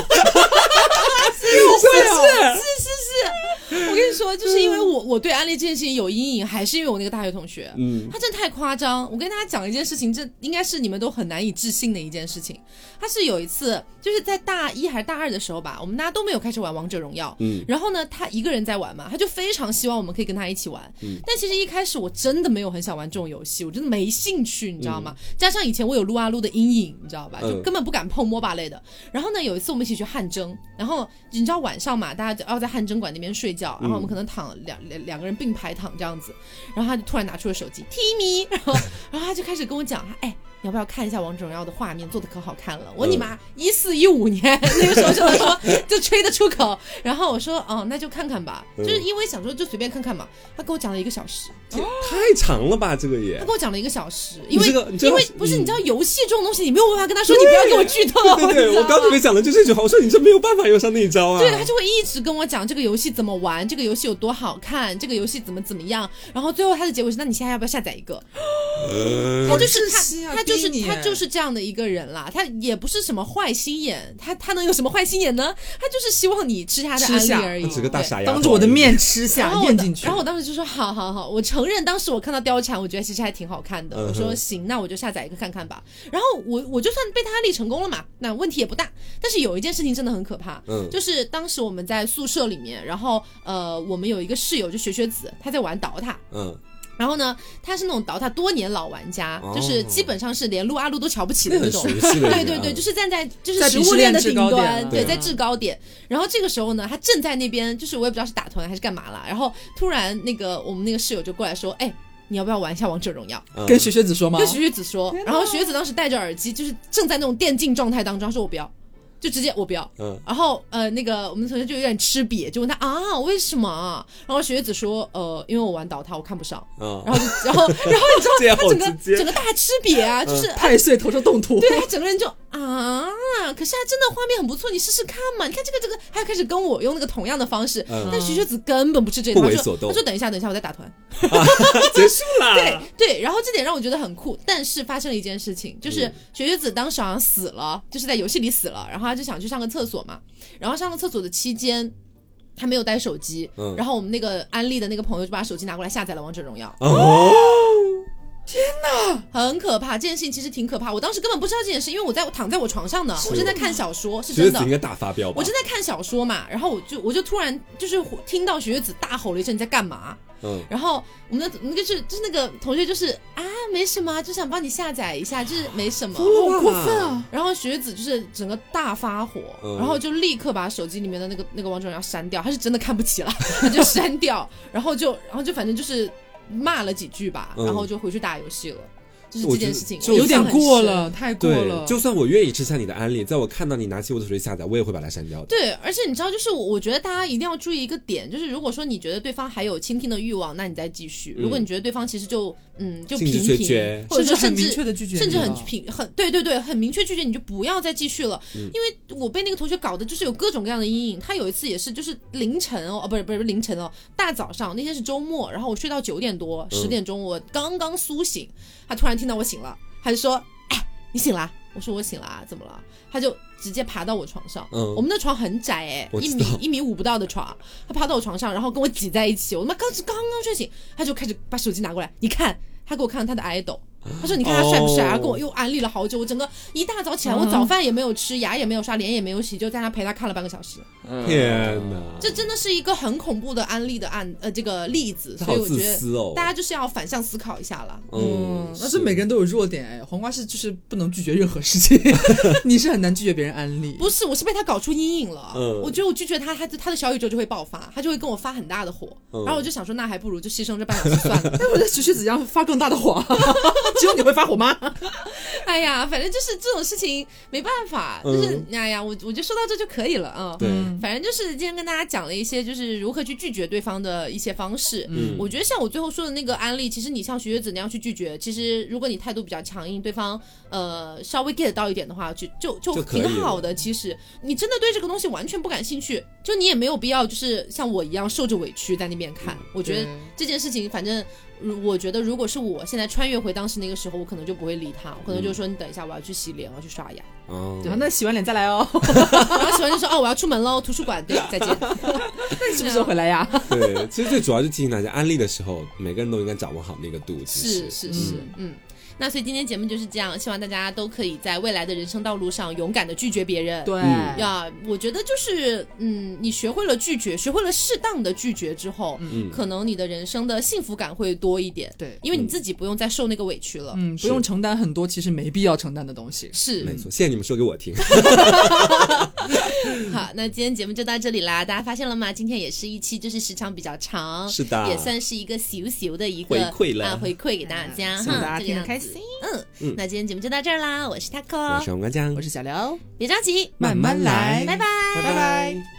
是，我跟你说，就是因为我对安利这件事情有阴影，还是因为我那个大学同学，他真的太夸张。我跟大家讲一件事情，这应该是你们都很难以置信的一件事情。他是有一次，就是在大一还是大二的时候吧，我们大家都没有开始玩王者荣耀，然后呢，他一个人在玩嘛，他就非常希望我们可以跟他一起玩，但其实一开始我真的没有很想玩这种游戏，我真的没兴趣，你知道吗？加上以前我有撸啊撸的阴影，你知道吧，就根本不敢碰 MOBA 类的。然后呢，有一次我们一起去汗蒸，然后你知道晚上嘛，大家要在汗蒸馆那边睡觉，然后我们可能躺两个人并排躺这样子，然后他就突然拿出了手机 Timmy， 然后他就开始跟我讲，你要不要看一下王者荣耀的画面，做的可好看了。我你妈14、15年那个时候就能说就吹得出口，然后我说那就看看吧，就是因为想说就随便看看嘛。他跟我讲了1个小时， 太长了吧这个也。 他跟我讲了1个小时，因为不是你知道游戏这种东西，你没有办法跟他说你不要给我剧透。 对，我刚特别讲的就是这句话，我说你这没有办法用上那一招啊。 对，他就会一直跟我讲这个游戏怎么玩，这个游戏有多好看，这个游戏怎么样，然后最后他的结果是，那你现在要不要下载一个？他就是这样的一个人啦，他也不是什么坏心眼，他能有什么坏心眼呢？他就是希望你吃他的安利而已， 他是个大傻丫， 当着我的面吃下咽进去。 然后我当时就说好，我承认当时我看到貂蝉，我觉得其实还挺好看的。我说行，那我就下载一个看看吧。然后我就算被他安利成功了嘛，那问题也不大。但是有一件事情真的很可怕，就是当时我们在宿舍里面，然后我们有一个室友就学子，他在玩DOTA，然后呢，他是那种DOTA多年老玩家，就是基本上是连撸啊撸都瞧不起的那种。对，就是站在就是食物链的顶端，对，在制高点。然后这个时候呢，他正在那边，就是我也不知道是打团还是干嘛啦。然后突然我们那个室友就过来说，你要不要玩一下王者荣耀？ 跟学子说吗？ 跟学子说。然后学子当时戴着耳机，就是正在那种电竞状态当中，他说我不要。就直接我不要，然后我们同学就有点吃瘪，就问他为什么？然后学子说因为我玩DOTA我看不上，然后你知道他整个大吃瘪啊，就是太岁头上动土， 对，他整个人就可是他真的画面很不错，你试试看嘛，你看这个，他开始跟我用那个同样的方式，但学子根本不是这样，他说等一下我在打团， 结束啦。 对，然后这点让我觉得很酷，但是发生了一件事情，就是学子当时好像死了，就是在游戏里死了，然后他就想去上个厕所嘛，然后上个厕所的期间他没有带手机，然后我们那个安利的那个朋友就把手机拿过来下载了王者荣耀。天哪，很可怕！这件事情其实挺可怕，我当时根本不知道这件事，因为我躺在我床上呢，我正在看小说，是真的。 应该大发飙吧？ 我正在看小说嘛，然后我就突然就是听到学子大吼了一声：“你在干嘛？”然后我们的就是那个同学就是没什么，就想帮你下载一下，就是没什么， 好过分啊！ 然后学子就是整个大发火，然后就立刻把手机里面的那个王者荣耀删掉，他是真的看不起了，他就删掉，然后就反正就是骂了几句吧，然后就回去打游戏了。就是这件事情有点过了，太过了。 就算我愿意吃下你的安利，在我看到你拿起我的手机下载，我也会把它删掉的。 对，而且你知道，就是我觉得大家一定要注意一个点，就是如果说你觉得对方还有倾听的欲望，那你再继续；如果你觉得对方其实就平平，或者很明确的拒绝， 甚至很对，很明确拒绝，你就不要再继续了。因为我被那个同学搞的就是有各种各样的阴影。他有一次也是，就是凌晨不是凌晨大早上，那天是周末，然后我睡到9点多10点钟，我刚刚苏醒，他突然听到我醒了，他就说：“ 你醒啦？我说我醒了啊，怎么了？他就直接爬到我床上，我们的床很窄1.5米不到的床，他爬到我床上，然后跟我挤在一起，我他妈刚睡醒，他就开始把手机拿过来，你看，他给我看他的idol。他说：“你看他帅不帅啊？”跟我又安利了好久，我整个一大早起来，我早饭也没有吃，牙也没有刷，脸也没有洗，就在那陪他看了半个小时。 天哪， 这真的是一个很恐怖的安利的这个例子，所以我觉得大家就是要反向思考一下了。 但是每个人都有弱点哎，黄瓜是就是不能拒绝任何事情，你是很难拒绝别人安利。 不是，我是被他搞出阴影了。我觉得我拒绝他的小宇宙就会爆发，他就会跟我发很大的火。然后我就想说，那还不如就牺牲这半小时算了。 那我在学怎样发更大的火？只有你会发火吗？ 哎呀，反正就是这种事情没办法，就是哎呀，我就说到这就可以了啊。 对， 反正就是今天跟大家讲了一些，就是如何去拒绝对方的一些方式。我觉得像我最后说的那个案例，其实你像学子那样去拒绝，其实如果你态度比较强硬，对方稍微 get 到一点的话，就挺好的。其实你真的对这个东西完全不感兴趣，就你也没有必要就是像我一样受着委屈在那边看。我觉得这件事情，反正。我觉得如果是我现在穿越回当时那个时候，我可能就不会理他，我可能就说你等一下，我要去洗脸，我要去刷牙。 对吧？那洗完脸再来哦。 然后洗完就说我要出门喽，图书馆，对，再见。 那你什么时候回来呀？ 对，其实最主要就提醒大家，安利的时候，每个人都应该掌握好那个度。 是，那所以今天节目就是这样，希望大家都可以在未来的人生道路上勇敢的拒绝别人。 对呀，我觉得就是你学会了拒绝，学会了适当的拒绝之后，可能你的人生的幸福感会多一点。 对， 因为你自己不用再受那个委屈了， 不用承担很多其实没必要承担的东西。 是， 没错。谢谢你们说给我听。 好，那今天节目就到这里啦。大家发现了吗？今天也是一期就是时长比较长， 是的， 也算是一个咻的一个回馈了， 回馈给大家， 希望大家听得开心。 那今天节目就到这儿啦，我是 Taco， 我是黄瓜酱， 我是小刘， 别着急， 慢慢来， 拜拜， 拜拜。